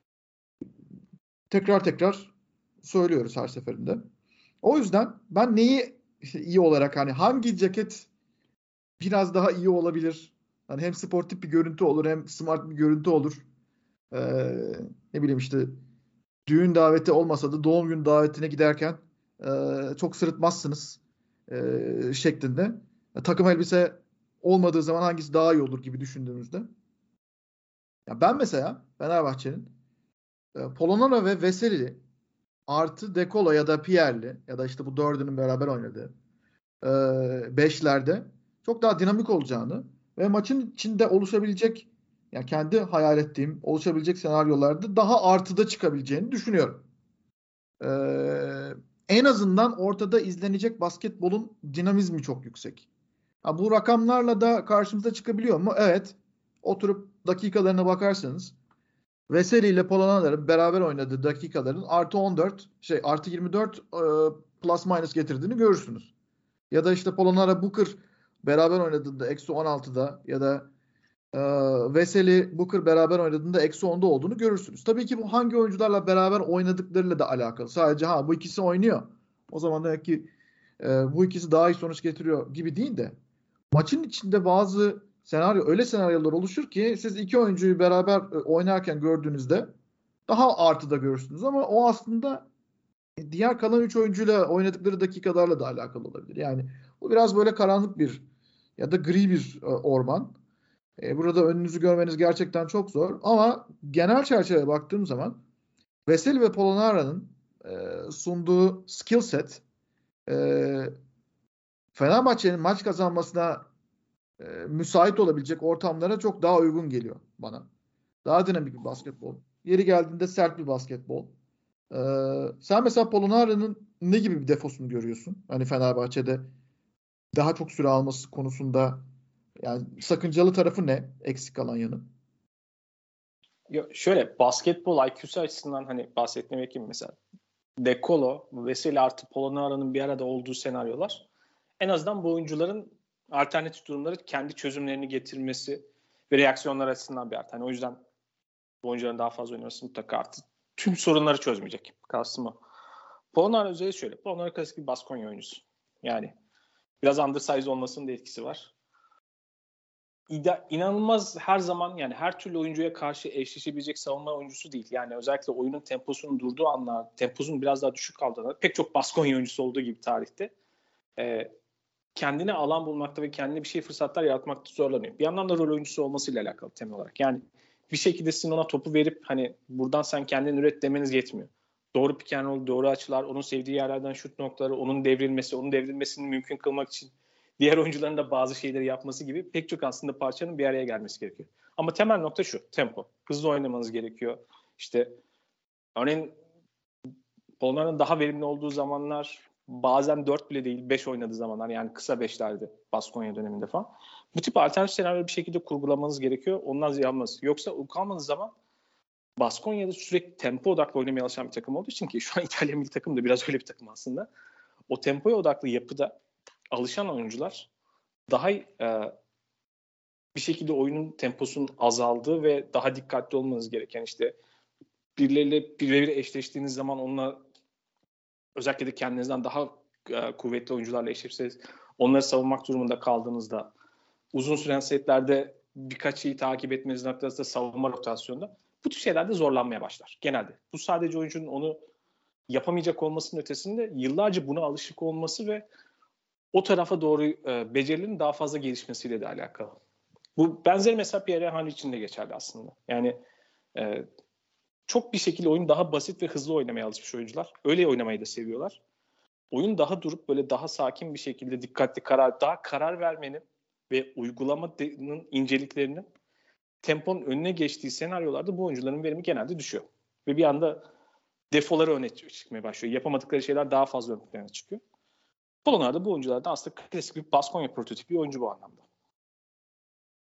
tekrar tekrar söylüyoruz her seferinde. O yüzden ben neyi işte iyi olarak, hani hangi ceket biraz daha iyi olabilir? Hani hem sportif bir görüntü olur hem smart bir görüntü olur. Ee, ne bileyim işte düğün daveti olmasa da doğum günü davetine giderken e, çok sırıtmazsınız e, şeklinde. Takım elbise olmadığı zaman hangisi daha iyi olur gibi düşündüğümüzde. Ya ben mesela Fenerbahçe'nin e, Polonara ve Veseli artı De Colo ya da Pierre'li ya da işte bu dördünün beraber oynadığı e, beşlerde çok daha dinamik olacağını ve maçın içinde oluşabilecek, yani kendi hayal ettiğim oluşabilecek senaryolarda daha artıda çıkabileceğini düşünüyorum. E, en azından ortada izlenecek basketbolun dinamizmi çok yüksek. Ha, bu rakamlarla da karşımıza çıkabiliyor mu? Evet. Oturup dakikalarına bakarsanız Veseli ile Polonara'nın beraber oynadığı dakikaların artı on dört şey artı yirmi dört e, plus minus getirdiğini görürsünüz. Ya da işte Polonara Booker beraber oynadığında eksi on altıda ya da e, Veseli Booker beraber oynadığında eksi onda olduğunu görürsünüz. Tabii ki bu hangi oyuncularla beraber oynadıklarıyla da alakalı. Sadece ha bu ikisi oynuyor, o zaman demek ki e, bu ikisi daha iyi sonuç getiriyor gibi değil de maçın içinde bazı senaryo öyle senaryolar oluşur ki siz iki oyuncuyu beraber e, oynarken gördüğünüzde daha artıda görürsünüz ama o aslında diğer kalan üç oyuncuyla oynadıkları dakikalarla da alakalı olabilir. Yani bu biraz böyle karanlık bir ya da gri bir e, orman. E, burada önünüzü görmeniz gerçekten çok zor ama genel çerçeveye baktığım zaman Veseli ve Polonara'nın e, sunduğu skill set e, Fenerbahçe'nin maç kazanmasına e, müsait olabilecek ortamlara çok daha uygun geliyor bana. Daha dinamik bir basketbol. Yeri geldiğinde sert bir basketbol. Ee, sen mesela Polonara'nın ne gibi bir defosunu görüyorsun? Hani Fenerbahçe'de daha çok süre alması konusunda yani sakıncalı tarafı ne? Eksik kalan yanı. Ya şöyle basketbol I Q'su açısından hani bahsetmek gibi mesela De Colo, Veseli artı Polonara'nın bir arada olduğu senaryolar en azından bu oyuncuların alternatif durumları kendi çözümlerini getirmesi ve reaksiyonlar açısından bir artı. Hani o yüzden bu oyuncuların daha fazla oynaması mutlaka artı. Tüm sorunları çözmeyecek. Kastım o. Polonara özelliği şöyle. Polonara klasik bir Baskonya oyuncusu. Yani biraz undersize olmasının da etkisi var. İda, inanılmaz her zaman yani her türlü oyuncuya karşı eşleşebilecek savunma oyuncusu değil. Yani özellikle oyunun temposunun durduğu anlar, temposunun biraz daha düşük kaldığı anlar, pek çok Baskonya oyuncusu olduğu gibi tarihte e, kendine alan bulmakta ve kendine bir şey fırsatlar yaratmakta zorlanıyor. Bir yandan da rol oyuncusu olmasıyla alakalı temel olarak. Yani bir şekilde sizin ona topu verip hani buradan sen kendin üret demeniz yetmiyor. Doğru pick and roll, doğru açılar, onun sevdiği yerlerden şut noktaları, onun devrilmesi, onun devrilmesini mümkün kılmak için diğer oyuncuların da bazı şeyleri yapması gibi pek çok aslında parçanın bir araya gelmesi gerekiyor. Ama temel nokta şu, tempo. Hızlı oynamanız gerekiyor. İşte örneğin Polonya'nın daha verimli olduğu zamanlar bazen dört bile değil beş oynadığı zamanlar yani kısa beşlerdi Baskonya döneminde falan. Bu tip alternatif senaryoları bir şekilde kurgulamanız gerekiyor. Ondan yapmanız. Yoksa o kalmadığı zaman Baskonya'da sürekli tempo odaklı oynamaya alışan bir takım olduğu için ki şu an İtalya milli takım da biraz öyle bir takım aslında. O tempoya odaklı yapıda alışan oyuncular daha e, bir şekilde oyunun temposunun azaldığı ve daha dikkatli olmanız gereken işte birileriyle birebir eşleştiğiniz zaman onunla özellikle de kendinizden daha e, kuvvetli oyuncularla eşleşseniz onları savunmak durumunda kaldığınızda uzun süren setlerde birkaç şeyi takip etmeniz noktasında savunma rotasyonunda bu tür şeylerde zorlanmaya başlar genelde. Bu sadece oyuncunun onu yapamayacak olmasının ötesinde yıllarca buna alışık olması ve o tarafa doğru e, becerilerin daha fazla gelişmesiyle de alakalı. Bu benzeri mesela Pierre Henry için de geçerli aslında. Yani e, çok bir şekilde oyun daha basit ve hızlı oynamaya alışmış oyuncular. Öyle oynamayı da seviyorlar. Oyun daha durup böyle daha sakin bir şekilde dikkatli karar, daha karar vermenin ve uygulamanın inceliklerinin temponun önüne geçtiği senaryolarda bu oyuncuların verimi genelde düşüyor. Ve bir anda defoları öne çıkmaya başlıyor. Yapamadıkları şeyler daha fazla ön plana çıkıyor. Polonar'da bu oyunculardan aslında klasik bir Baskonya prototipi bir oyuncu bu anlamda.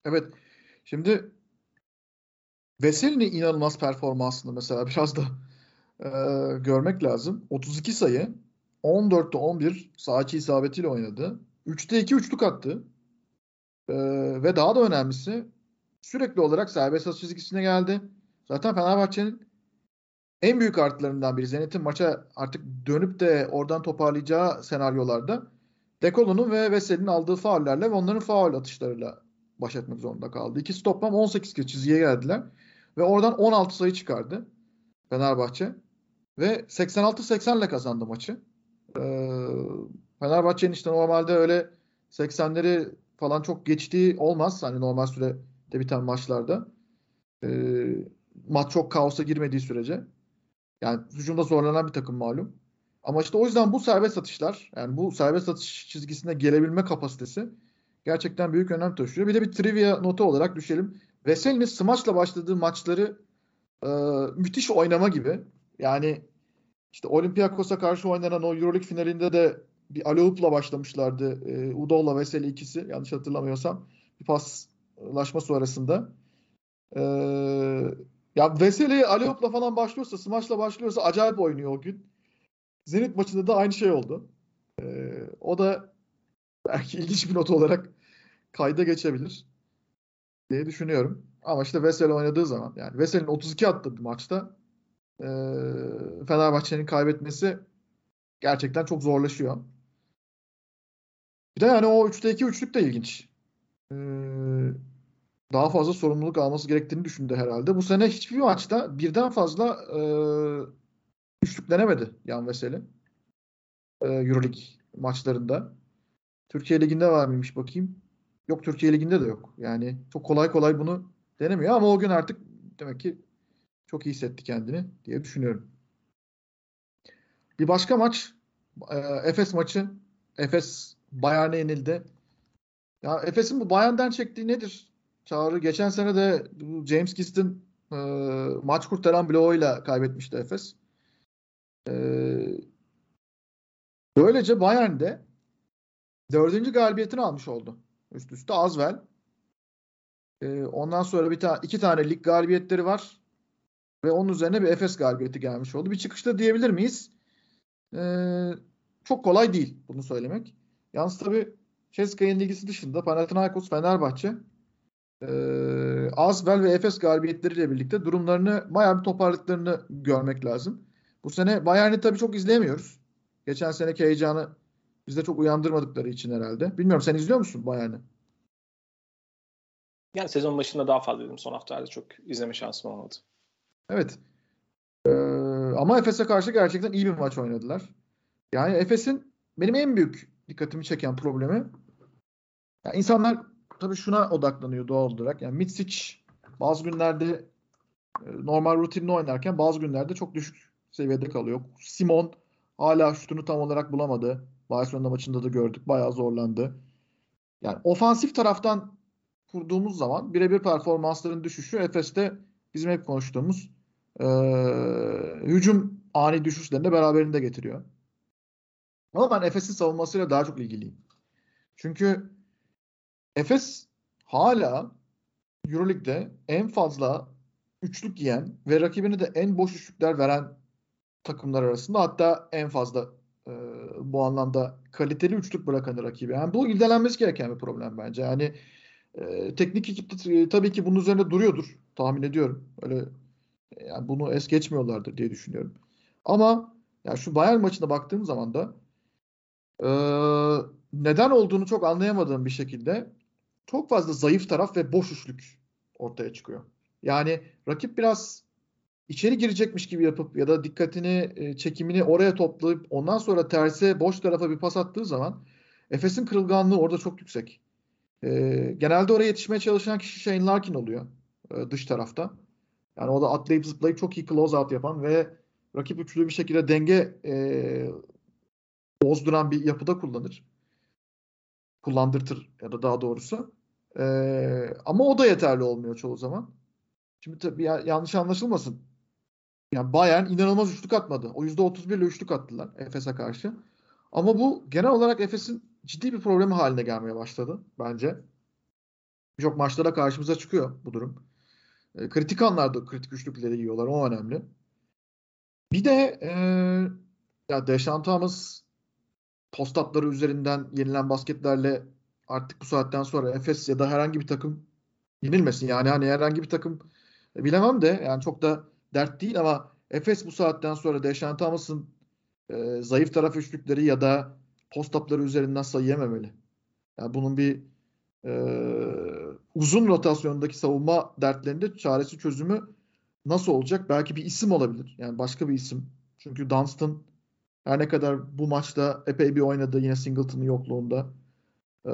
Evet. Şimdi Veseli'nin inanılmaz performansını mesela biraz da e, görmek lazım. otuz iki sayı, on dörtte on bir sağ içi isabetiyle oynadı. üçte iki üçlük attı. E, ve daha da önemlisi sürekli olarak serbest atış çizgisine geldi. Zaten Fenerbahçe'nin en büyük artılarından biri Zenit'in maça artık dönüp de oradan toparlayacağı senaryolarda Dekolo'nun ve Veseli'nin aldığı faullerle ve onların faul atışlarıyla baş etmek zorunda kaldı. İkisi toplam on sekiz kez çizgiye geldiler ve oradan on altı sayı çıkardı Fenerbahçe ve seksen altı seksen ile kazandı maçı. Ee, Fenerbahçe'nin işte normalde öyle seksenleri falan çok geçtiği olmaz. Hani normal sürede biten maçlarda. Ee, maç çok kaosa girmediği sürece. Yani hücumda zorlanan bir takım malum. Ama işte o yüzden bu serbest atışlar, yani bu serbest atış çizgisine gelebilme kapasitesi gerçekten büyük önem taşıyor. Bir de bir trivia notu olarak düşelim. Veseli'nin smaçla başladığı maçları e, müthiş oynama gibi. Yani işte Olympiakos'a karşı oynanan o EuroLeague finalinde de bir alley-oop'la başlamışlardı. E, Udoh'la Veseli ikisi yanlış hatırlamıyorsam. Bir paslaşma sonrasında. E, ya Veseli alley-oop'la falan başlıyorsa, smaçla başlıyorsa acayip oynuyor o gün. Zenit maçında da aynı şey oldu. E, o da belki ilginç bir not olarak kayda geçebilir diye düşünüyorum. Ama işte Veseli oynadığı zaman yani Veseli'nin otuz iki attığı bir maçta e, Fenerbahçe'nin kaybetmesi gerçekten çok zorlaşıyor. Bir de yani o üçte iki üçlük de ilginç. Ee, daha fazla sorumluluk alması gerektiğini düşündü herhalde. Bu sene hiçbir maçta birden fazla e, üçlük denemedi Yan Veseli. E, EuroLeague maçlarında. Türkiye Ligi'nde var mıymış bakayım. Yok, Türkiye Ligi'nde de yok. Yani çok kolay kolay bunu denemiyor ama o gün artık demek ki çok iyi hissetti kendini diye düşünüyorum. Bir başka maç e, Efes maçı. Efes Bayern'e yenildi. Ya Efes'in bu Bayern'den çektiği nedir? Çağrı geçen sene de bu James Gist'in e, maç kurtaran bloğuyla kaybetmişti Efes. E, böylece Bayern'de dördüncü galibiyetini almış oldu. Üst üste az vel. E, ondan sonra bir ta iki tane lig galibiyetleri var. Ve onun üzerine bir Efes galibiyeti gelmiş oldu. Bir çıkışta diyebilir miyiz? E, çok kolay değil bunu söylemek. Yalnız tabii Ceska'nın ilgisi dışında Panathinaikos, Fenerbahçe Ee, Asvel ve Efes galibiyetleriyle birlikte durumlarını bayağı bir toparladıklarını görmek lazım. Bu sene Bayern'i tabii çok izleyemiyoruz. Geçen seneki heyecanı bizde çok uyandırmadıkları için herhalde. Bilmiyorum, sen izliyor musun Bayern'i? Yani sezon başında daha fazla dedim. Son haftalarda çok izleme şansım olmadı. Evet. Ee, ama Efes'e karşı gerçekten iyi bir maç oynadılar. Yani Efes'in benim en büyük dikkatimi çeken problemi, yani insanlar tabii şuna odaklanıyor doğal olarak. Yani Mitsic bazı günlerde normal rutinini oynarken bazı günlerde çok düşük seviyede kalıyor. Simon hala şutunu tam olarak bulamadı. Barcelona maçında da gördük. Bayağı zorlandı. Yani ofansif taraftan kurduğumuz zaman birebir performansların düşüşü Efes'te bizim hep konuştuğumuz e, hücum ani düşüşlerini de beraberinde getiriyor. Ama ben Efes'in savunmasıyla daha çok ilgiliyim. Çünkü Efes hala EuroLeague'de en fazla üçlük yiyen ve rakibine de en boş üçlükler veren takımlar arasında, hatta en fazla e, bu anlamda kaliteli üçlük bırakan rakibi. Yani bu irdelenmesi gereken bir problem bence. Yani e, teknik ekip de, e, tabii ki bunun üzerinde duruyordur tahmin ediyorum. Öyle e, yani bunu es geçmiyorlardır diye düşünüyorum. Ama ya şu Bayern maçına baktığım zaman da e, neden olduğunu çok anlayamadığım bir şekilde çok fazla zayıf taraf ve boş üçlük ortaya çıkıyor. Yani rakip biraz içeri girecekmiş gibi yapıp ya da dikkatini, e, çekimini oraya toplayıp ondan sonra terse boş tarafa bir pas attığı zaman Efes'in kırılganlığı orada çok yüksek. E, genelde oraya yetişmeye çalışan kişi Shane Larkin oluyor e, dış tarafta. Yani o da atlayıp zıplayıp çok iyi close out yapan ve rakip üçlüyü bir şekilde denge e, bozduran bir yapıda kullanır. Kullandırtır ya da daha doğrusu. E, ama o da yeterli olmuyor çoğu zaman. Şimdi tabii ya, yanlış anlaşılmasın. Yani Bayern inanılmaz üçlük atmadı. O yüzde otuz bir ile üçlük attılar Efes'e karşı. Ama bu genel olarak Efes'in ciddi bir problemi haline gelmeye başladı bence. Birçok maçlara karşımıza çıkıyor bu durum. E, kritik anlarda kritik üçlükleri yiyorlar. O önemli. Bir de e, ya Deşan Thomas post-up'ları üzerinden yenilen basketlerle artık bu saatten sonra Efes ya da herhangi bir takım yenilmesin. Yani hani herhangi bir takım e, bilemem de yani çok da dert değil ama Efes bu saatten sonra Deşan Thomas'ın e, zayıf taraf üçlükleri ya da post-up'ları üzerinden sayı yememeli. Yani bunun bir e, uzun rotasyondaki savunma dertlerinde çaresi çözümü nasıl olacak? Belki bir isim olabilir. Yani başka bir isim. Çünkü Dunstan her ne kadar bu maçta epey bir oynadı yine Singleton'ın yokluğunda. Ee,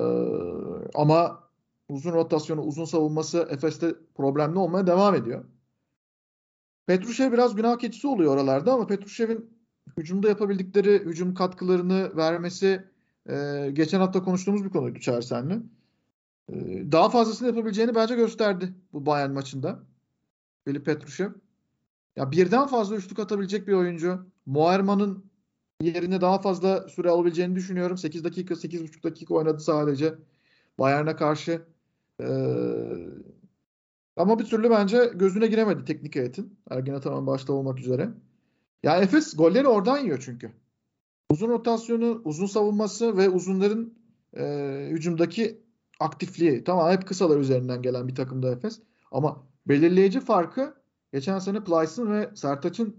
ama uzun rotasyonu, uzun savunması Efes'te problemli olmaya devam ediyor. Petrushev biraz günah keçisi oluyor oralarda ama Petrushev'in hücumda yapabildikleri hücum katkılarını vermesi e, geçen hafta konuştuğumuz bir konuydu Çağrı. Ee, daha fazlasını yapabileceğini bence gösterdi bu Bayern maçında. Filip Petrushev. Ya birden fazla üçlük atabilecek bir oyuncu. Moerman'ın yerine daha fazla süre alabileceğini düşünüyorum. sekiz dakika, sekiz buçuk dakika oynadı sadece Bayern'e karşı. Ee, ama bir türlü bence gözüne giremedi teknik heyetin. Ergin Ataman başta olmak üzere. Ya Efes golleri oradan yiyor çünkü. Uzun rotasyonu, uzun savunması ve uzunların e, hücumdaki aktifliği. Tamam hep kısalar üzerinden gelen bir takımda Efes. Ama belirleyici farkı geçen sene Plyce'ın ve Sertaç'ın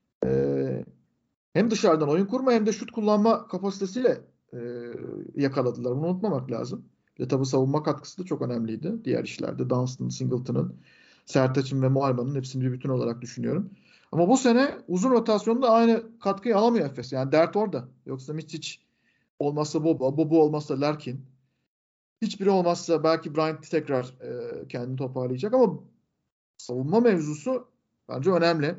e, hem dışarıdan oyun kurma hem de şut kullanma kapasitesiyle e, yakaladılar. Bunu unutmamak lazım. Bir de tabii savunma katkısı da çok önemliydi diğer işlerde. Dunstan, Singleton'ın, Sertaç'ın ve Muharman'ın hepsini bir bütün olarak düşünüyorum. Ama bu sene uzun rotasyonda aynı katkıyı alamıyor Efes. Yani dert orada. Yoksa Mitic olmazsa Bobo, Bobo olmazsa Larkin. Hiçbiri olmazsa belki Bryant tekrar e, kendini toparlayacak ama savunma mevzusu bence önemli.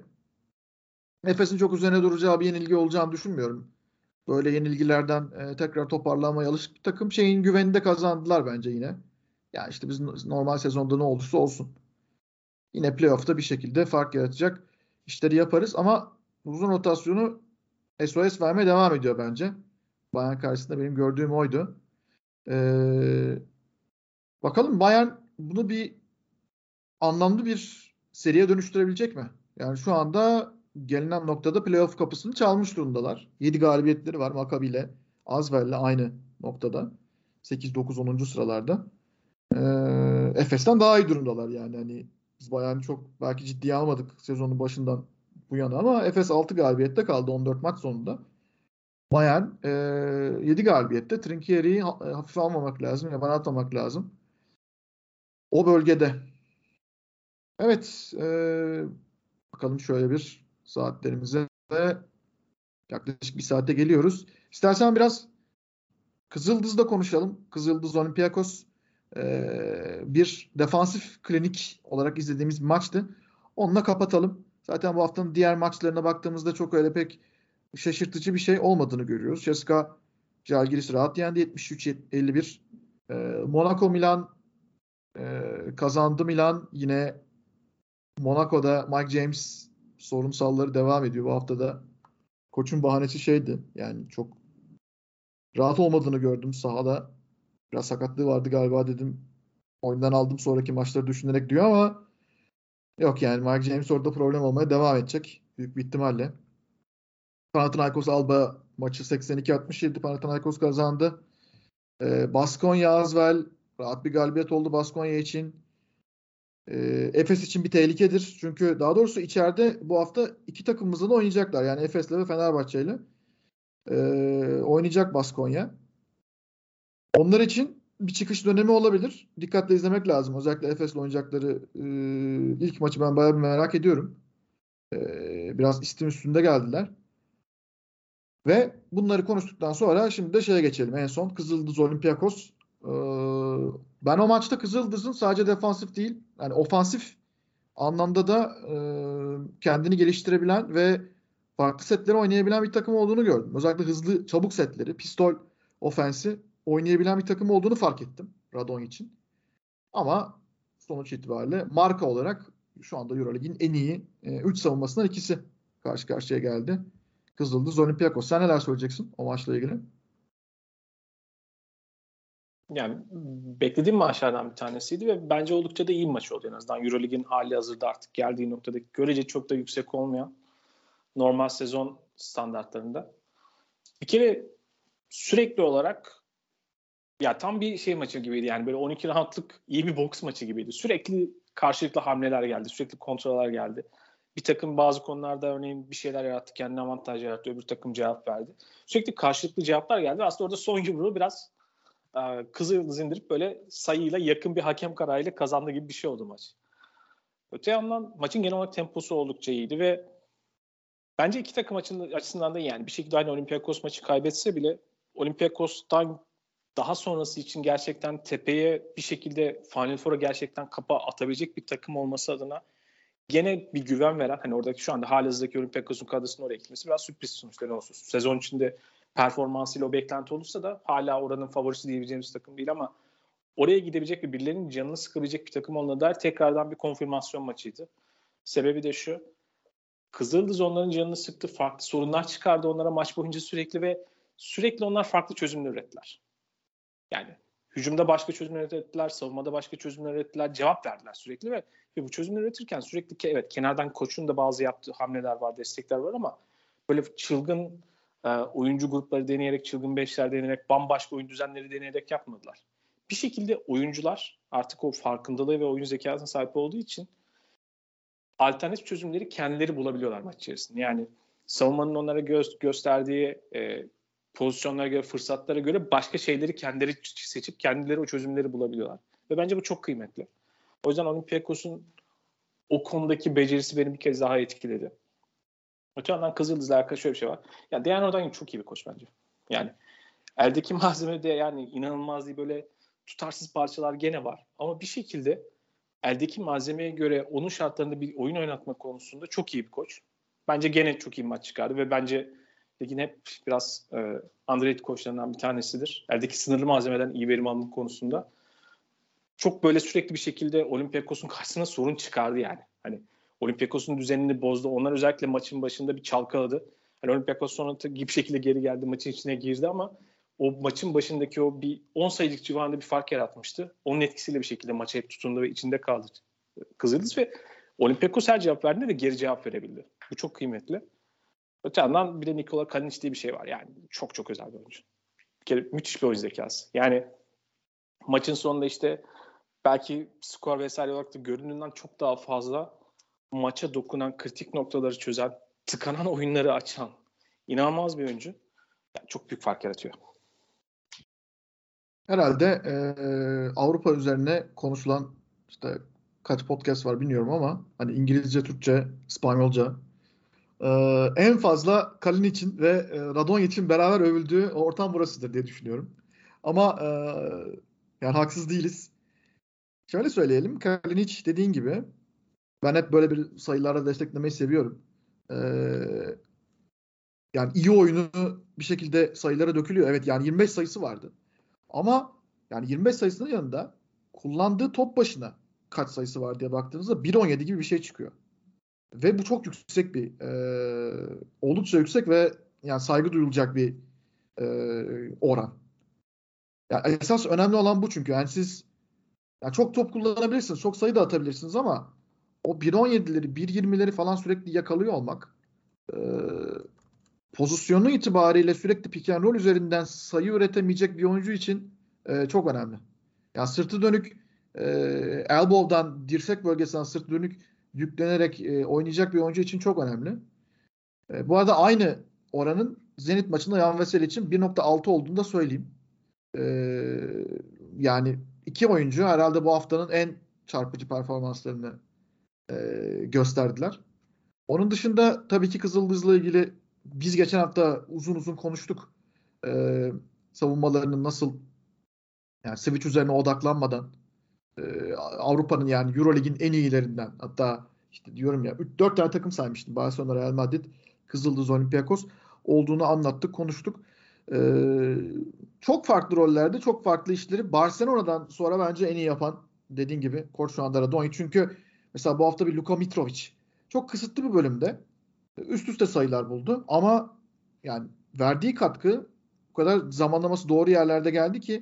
Efes'in çok üzerine duracağı bir yenilgi olacağını düşünmüyorum. Böyle yenilgilerden e, tekrar toparlanmaya alışık bir takım. Şeyin güveninde kazandılar bence yine. Yani işte biz normal sezonda ne olursa olsun. Yine playoff'ta bir şekilde fark yaratacak işleri yaparız ama uzun rotasyonu S O S vermeye devam ediyor bence. Bayern karşısında benim gördüğüm oydu. Ee, bakalım Bayern bunu bir anlamlı bir seriye dönüştürebilecek mi? Yani şu anda gelinen noktada playoff kapısını çalmış durumdalar. yedi galibiyetleri var Maccabi ile Asvel'le aynı noktada. sekiz dokuz onuncu sıralarda. Ee, Efes'ten daha iyi durumdalar yani. Hani biz Bayern'i çok belki ciddiye almadık sezonun başından bu yana ama Efes altı galibiyette kaldı on dört maç sonunda. Bayern e, yedi galibiyette. Trinkieri'yi hafife almamak lazım, yaban atmamak lazım. O bölgede. Evet, e, bakalım şöyle bir saatlerimize yaklaşık bir saate geliyoruz. İstersen biraz Kızıldız'da konuşalım. Kızıldız Olympiakos e, bir defansif klinik olarak izlediğimiz bir maçtı. Onunla kapatalım. Zaten bu haftanın diğer maçlarına baktığımızda çok öyle pek şaşırtıcı bir şey olmadığını görüyoruz. C S K A Žalgiris rahat yendi yetmiş üç elli bir. E, Monaco Milan e, kazandı Milan. Yine Monaco'da Mike James sorunsalları devam ediyor. Bu haftada koçun bahanesi şeydi. Yani çok rahat olmadığını gördüm sahada. Biraz sakatlığı vardı galiba dedim. Oyundan aldım sonraki maçları düşünerek diyor ama yok yani Mike James orada problem olmaya devam edecek. Büyük bir ihtimalle. Panathinaikos Alba maçı seksen iki altmış yedi Panathinaikos kazandı. Ee, Baskonya Asvel rahat bir galibiyet oldu Baskonya için. Ee, Efes için bir tehlikedir. Çünkü daha doğrusu içeride bu hafta iki takımımızla da oynayacaklar. Yani Efes'le ve Fenerbahçe'yle ee, oynayacak Baskonya. Onlar için bir çıkış dönemi olabilir. Dikkatle izlemek lazım. Özellikle Efes'le oynayacakları e, ilk maçı ben bayağı bir merak ediyorum. E, biraz istim üstünde geldiler. Ve bunları konuştuktan sonra şimdi de şeye geçelim. En son Kızıldız Olympiakos. E, ben o maçta Kızıldız'ın sadece defansif değil, yani ofansif anlamda da e, kendini geliştirebilen ve farklı setleri oynayabilen bir takım olduğunu gördüm. Özellikle hızlı, çabuk setleri, pistol ofensi oynayabilen bir takım olduğunu fark ettim Radon için. Ama sonuç itibariyle marka olarak şu anda EuroLeague'in en iyi üç e, savunmasından ikisi karşı karşıya geldi. Kızıldız Olympiakos. Sen neler söyleyeceksin o maçla ilgili? Yani beklediğim maçlardan bir tanesiydi ve bence oldukça da iyi bir maç oldu en azından. Euroleague'in hali hazırda artık geldiği noktada görece çok da yüksek olmayan normal sezon standartlarında. Bir kere sürekli olarak ya tam bir şey maçı gibiydi yani böyle on iki roundlık iyi bir boks maçı gibiydi. Sürekli karşılıklı hamleler geldi, sürekli kontroller geldi. Bir takım bazı konularda örneğin bir şeyler yarattı, kendine avantaj yarattı, öbür takım cevap verdi. Sürekli karşılıklı cevaplar geldi. Aslında orada son yumruğu biraz e, Kızıldız indirip böyle sayıyla yakın bir hakem kararıyla kazandığı gibi bir şey oldu maç. Öte yandan maçın genel olarak temposu oldukça iyiydi ve bence iki takım açısından da iyi. Yani bir şekilde aynı Olympiakos maçı kaybetse bile Olympiakos'tan daha sonrası için gerçekten tepeye bir şekilde Final Four'a gerçekten kafa atabilecek bir takım olması adına gene bir güven veren, hani oradaki şu anda halihazırdaki Olympiakos'un kadrosuna oraya gitmesi biraz sürpriz sonuçları olsun. Sezon içinde performansıyla o beklenti olursa da hala oranın favorisi diyebileceğimiz takım değil ama oraya gidebilecek ve birilerinin canını sıkabilecek bir takım olana dair tekrardan bir konfirmasyon maçıydı. Sebebi de şu: Kızıldız onların canını sıktı, farklı sorunlar çıkardı onlara maç boyunca sürekli ve sürekli onlar farklı çözümler ürettiler. Yani hücumda başka çözümler ürettiler, savunmada başka çözümler ürettiler, cevap verdiler sürekli ve, ve bu çözümleri üretirken sürekli ki evet kenardan koçun da bazı yaptığı hamleler var, destekler var ama böyle çılgın e, oyuncu grupları deneyerek, çılgın beşler deneyerek, bambaşka oyun düzenleri deneyerek yapmadılar. Bir şekilde oyuncular artık o farkındalığı ve oyun zekasına sahip olduğu için alternatif çözümleri kendileri bulabiliyorlar maç içerisinde. Yani savunmanın onlara gö- gösterdiği e, pozisyonlara göre, fırsatlara göre başka şeyleri kendileri seçip kendileri o çözümleri bulabiliyorlar. Ve bence bu çok kıymetli. O yüzden Olympiakos'un o konudaki becerisi beni bir kez daha etkiledi. Öte yandan Kızıldız'la alakalı şöyle bir şey var. Yani Dejan Ordan çok iyi bir koç bence. Yani eldeki malzeme de yani inanılmaz değil, böyle tutarsız parçalar gene var. Ama bir şekilde eldeki malzemeye göre onun şartlarında bir oyun oynatma konusunda çok iyi bir koç. Bence gene çok iyi bir maç çıkardı ve bence ligin hep biraz e, underrated koçlarından bir tanesidir. Eldeki sınırlı malzemeden iyi verim alma konusunda. Çok böyle sürekli bir şekilde Olympiakos'un karşısına sorun çıkardı yani. Hani Olympiakos'un düzenini bozdu. Onlar özellikle maçın başında bir çalkaladı. Hani Olympiakos sonra bir şekilde geri geldi, maçın içine girdi ama o maçın başındaki o bir on sayılık civarında bir fark yaratmıştı. Onun etkisiyle bir şekilde maça hep tutundu ve içinde kaldı Kızıldız ve Olympiakos her cevap verdiğinde de geri cevap verebildi. Bu çok kıymetli. Öte yandan bir de Nikola Kalinic diye bir şey var. Yani çok çok özel bir oyuncu. Bir kere müthiş bir oyun zekası. Yani maçın sonunda işte belki skor vesaire olarak da göründüğünden çok daha fazla maça dokunan, kritik noktaları çözen, tıkanan oyunları açan inanılmaz bir oyuncu. Yani çok büyük fark yaratıyor. Herhalde e, Avrupa üzerine konuşulan işte kaç podcast var bilmiyorum ama hani İngilizce, Türkçe, İspanyolca e, en fazla Kalinic'in ve e, Radonjic'in beraber övüldüğü ortam burasıdır diye düşünüyorum. Ama e, yani haksız değiliz. Şöyle söyleyelim. Kalinic dediğin gibi ben hep böyle bir sayılarla desteklemeyi seviyorum. E, yani iyi oyunu bir şekilde sayılara dökülüyor. Evet yani yirmi beş sayısı vardı. Ama yani yirmi beş sayısının yanında kullandığı top başına kaç sayısı var diye baktığınızda bir virgül on yedi gibi bir şey çıkıyor. Ve bu çok yüksek bir e, oldukça yüksek ve yani saygı duyulacak bir e, oran. Yani esas önemli olan bu çünkü. Yani siz yani çok top kullanabilirsiniz, çok sayı da atabilirsiniz ama o bir virgül on yedileri, bir virgül yirmileri falan sürekli yakalıyor olmak e, pozisyonu itibariyle sürekli pick and roll üzerinden sayı üretemeyecek bir oyuncu için e, çok önemli. Yani sırtı dönük e, elbow'dan, dirsek bölgesinden sırtı dönük yüklenerek e, oynayacak bir oyuncu için çok önemli. E, bu arada aynı oranın Zenit maçında Yan Veseli için bir nokta altı olduğunu da söyleyeyim. E, yani iki oyuncu herhalde bu haftanın en çarpıcı performanslarını e, gösterdiler. Onun dışında tabii ki Kızıldız'la ilgili biz geçen hafta uzun uzun konuştuk. Ee, savunmalarının nasıl yani switch üzerine odaklanmadan e, Avrupa'nın yani Eurolig'in en iyilerinden hatta işte diyorum ya dört tane takım saymıştım. Barcelona, Real Madrid, Kızıldız, Olympiakos olduğunu anlattık, konuştuk. Ee, çok farklı rollerde, çok farklı işleri Barcelona'dan sonra bence en iyi yapan dediğin gibi koç şu anda Radonjic. Çünkü mesela bu hafta bir Luka Mitrovic çok kısıtlı bir bölümde üst üste sayılar buldu ama yani verdiği katkı o kadar zamanlaması doğru yerlerde geldi ki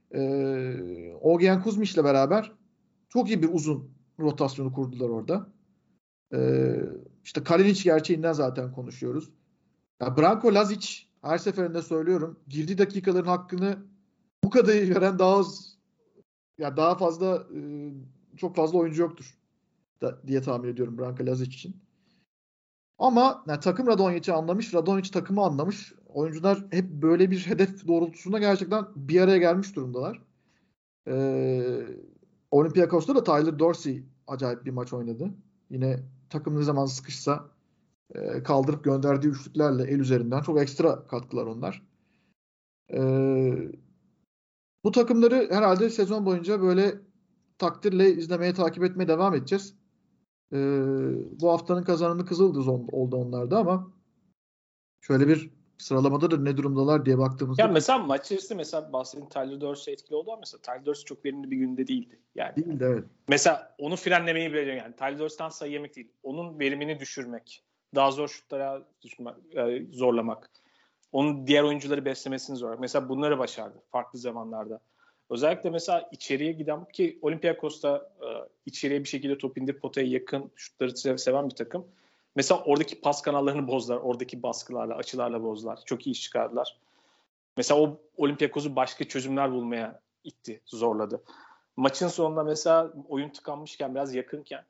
e, Ogen Kuzmiç'le beraber çok iyi bir uzun rotasyonu kurdular orada. E, işte Kalinic gerçeğinden zaten konuşuyoruz. Ya Branko Lazic, her seferinde söylüyorum, girdiği dakikaların hakkını bu kadar iyi veren daha az, ya daha fazla e, çok fazla oyuncu yoktur da, diye tahmin ediyorum Branko Lazic için. Ama yani takım Radonjic'i anlamış, Radonjic takımı anlamış. Oyuncular hep böyle bir hedef doğrultusunda gerçekten bir araya gelmiş durumdalar. Ee, Olympiakos'ta da Tyler Dorsey acayip bir maç oynadı. Yine takım ne zaman sıkışsa e, kaldırıp gönderdiği üçlüklerle el üzerinden çok ekstra katkılar onlar. Ee, Bu takımları herhalde sezon boyunca böyle takdirle izlemeye, takip etmeye devam edeceğiz. Ee, Bu haftanın kazananı Kızıldız oldu onlarda ama şöyle bir sıralamada da ne durumdalar diye baktığımızda Ya mesela maç içerisinde mesela bahsettiğim Tyler Dorsey etkili oldu ama mesela Tyler Dorsey çok verimli bir günde değildi. Yani değil de evet. mesela onu frenlemeyi bile yani Tyler Dorsey'den sayı yemek değil. Onun verimini düşürmek. Daha zor şutlara düşürmek, zorlamak. Onun diğer oyuncuları beslemesini zor. Mesela bunları başardı farklı zamanlarda. Özellikle mesela içeriye giden ki Olympiakos'ta içeriye bir şekilde top indirip potaya yakın şutları seven bir takım. Mesela oradaki pas kanallarını bozdular. Oradaki baskılarla, açılarla bozdular. Çok iyi iş çıkardılar. Mesela o Olympiakos'u başka çözümler bulmaya itti, zorladı. Maçın sonunda mesela oyun tıkanmışken, biraz yakınken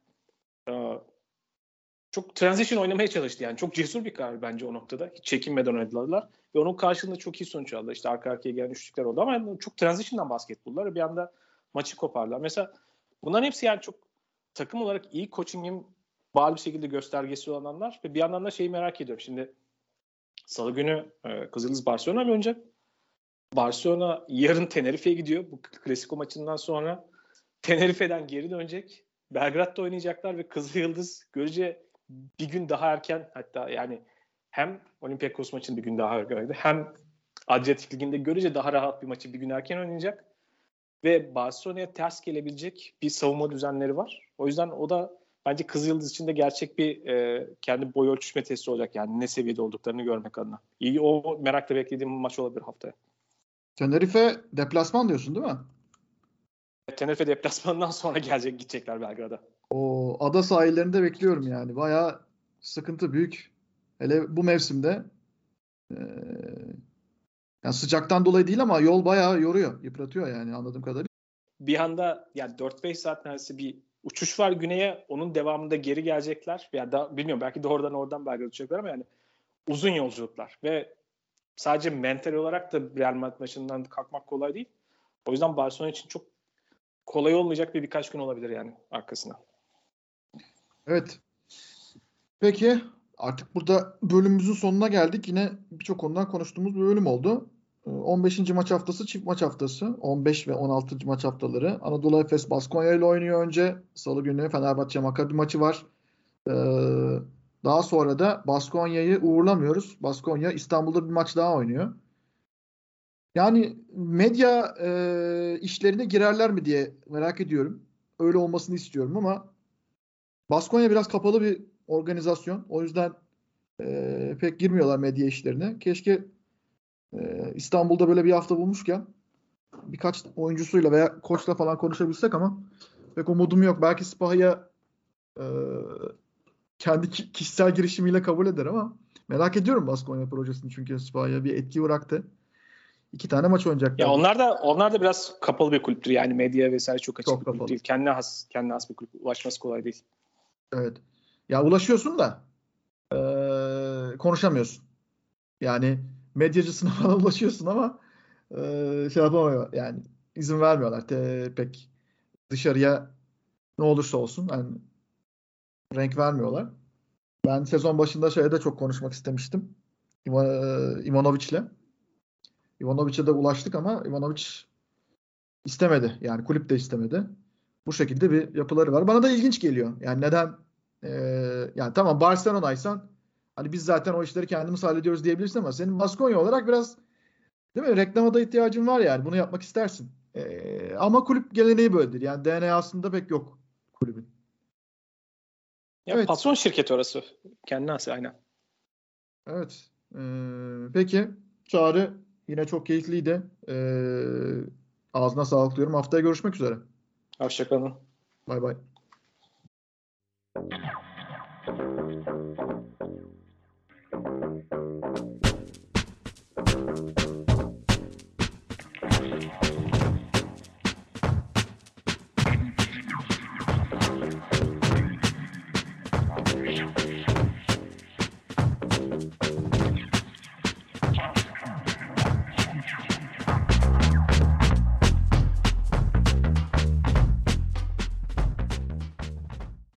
çok transition oynamaya çalıştı yani. Çok cesur bir karar bence o noktada. Hiç çekinmeden oynadılar. Ve onun karşılığında çok iyi sonuç aldı. İşte arka arkaya gelen üçlükler oldu ama çok transition'dan basketbollar. Bir anda maçı koparlar. Mesela bunların hepsi yani çok takım olarak iyi coaching'in bağlı bir şekilde göstergesi olanlar. Ve bir yandan da şeyi merak ediyorum. Şimdi Salı günü e, Kızıldız Barcelona ile oynayacak. Barcelona yarın Tenerife'ye gidiyor. Bu Klasiko maçından sonra Tenerife'den geri dönecek. Belgrad'da oynayacaklar ve Kızılyıldız görece bir gün daha erken, hatta yani hem Olympiakos maçını bir gün daha erken oynadı, hem Adriatik Ligi'nde görece daha rahat bir maçı bir gün erken oynayacak ve Barcelona'ya ters gelebilecek bir savunma düzenleri var. O yüzden o da bence Kızılyıldız için de gerçek bir e, kendi boy ölçüşme testi olacak, yani ne seviyede olduklarını görmek adına. İyi, o merakla beklediğim maç olabilir haftaya. Tenerife deplasman diyorsun değil mi? Tenerife deplasmanından sonra gelecek, gidecekler Belgrad'a. O ada sahillerinde bekliyorum yani. Bayağı sıkıntı büyük. Hele bu mevsimde ee, yani sıcaktan dolayı değil ama yol bayağı yoruyor, yıpratıyor yani anladığım kadarıyla. Bir anda yani dört beş saat neredeyse bir uçuş var güneye. Onun devamında geri gelecekler. Yani da, bilmiyorum, belki de oradan oradan Belgrad'a uçacaklar ama yani uzun yolculuklar ve sadece mental olarak da Real Madrid maçından kalkmak kolay değil. O yüzden Barcelona için çok kolay olmayacak bir birkaç gün olabilir yani arkasına. Evet. Peki artık burada bölümümüzün sonuna geldik. Yine birçok konudan konuştuğumuz bir bölüm oldu. on beşinci maç haftası çift maç haftası. on beş ve on altıncı maç haftaları. Anadolu Efes Baskonya ile oynuyor önce. Salı günü Fenerbahçe Maccabi maçı var. Ee, daha sonra da Baskonya'yı uğurlamıyoruz. Baskonya İstanbul'da bir maç daha oynuyor. Yani medya e, işlerine girerler mi diye merak ediyorum. Öyle olmasını istiyorum ama Baskonya biraz kapalı bir organizasyon. O yüzden e, pek girmiyorlar medya işlerine. Keşke e, İstanbul'da böyle bir hafta bulmuşken birkaç oyuncusuyla veya koçla falan konuşabilsek ama pek umudum yok. Belki Spahia e, kendi kişisel girişimiyle kabul eder ama merak ediyorum Baskonya projesini, çünkü Spahia bir etki bıraktı. İki tane maç oynayacaklar. Ya onlar da onlar da biraz kapalı bir kulüptür. Yani medya vesaire çok açık Çok bir kapalı. kulüp değil. Kendine has, kendine has bir kulüp. Ulaşması kolay değil. Evet. Ya ulaşıyorsun da e, konuşamıyorsun. Yani medyacısına falan ulaşıyorsun ama e, şey yapamıyor. Yani izin vermiyorlar. Te, pek dışarıya ne olursa olsun yani renk vermiyorlar. Ben sezon başında şeye de çok konuşmak istemiştim. İvan, e, Ivanovic'le. Ivanovic'e de ulaştık ama Ivanovic istemedi. Yani kulüp de istemedi. Bu şekilde bir yapıları var. Bana da ilginç geliyor. Yani neden e, yani tamam Barcelona'ysan hani biz zaten o işleri kendimiz hallediyoruz diyebilirsin ama senin Baskonya olarak biraz, değil mi? Reklama da ihtiyacın var yani. Bunu yapmak istersin. E, ama kulüp geleneği böyledir. Yani D N A'sında pek yok kulübün. Ya Evet. patron şirketi orası. Kendine has, aynen. Evet. E, peki. Çağrı yine çok keyifliydi. E, Ağzına sağlık diyorum. Haftaya görüşmek üzere. Hoşçakalın. Bay bay.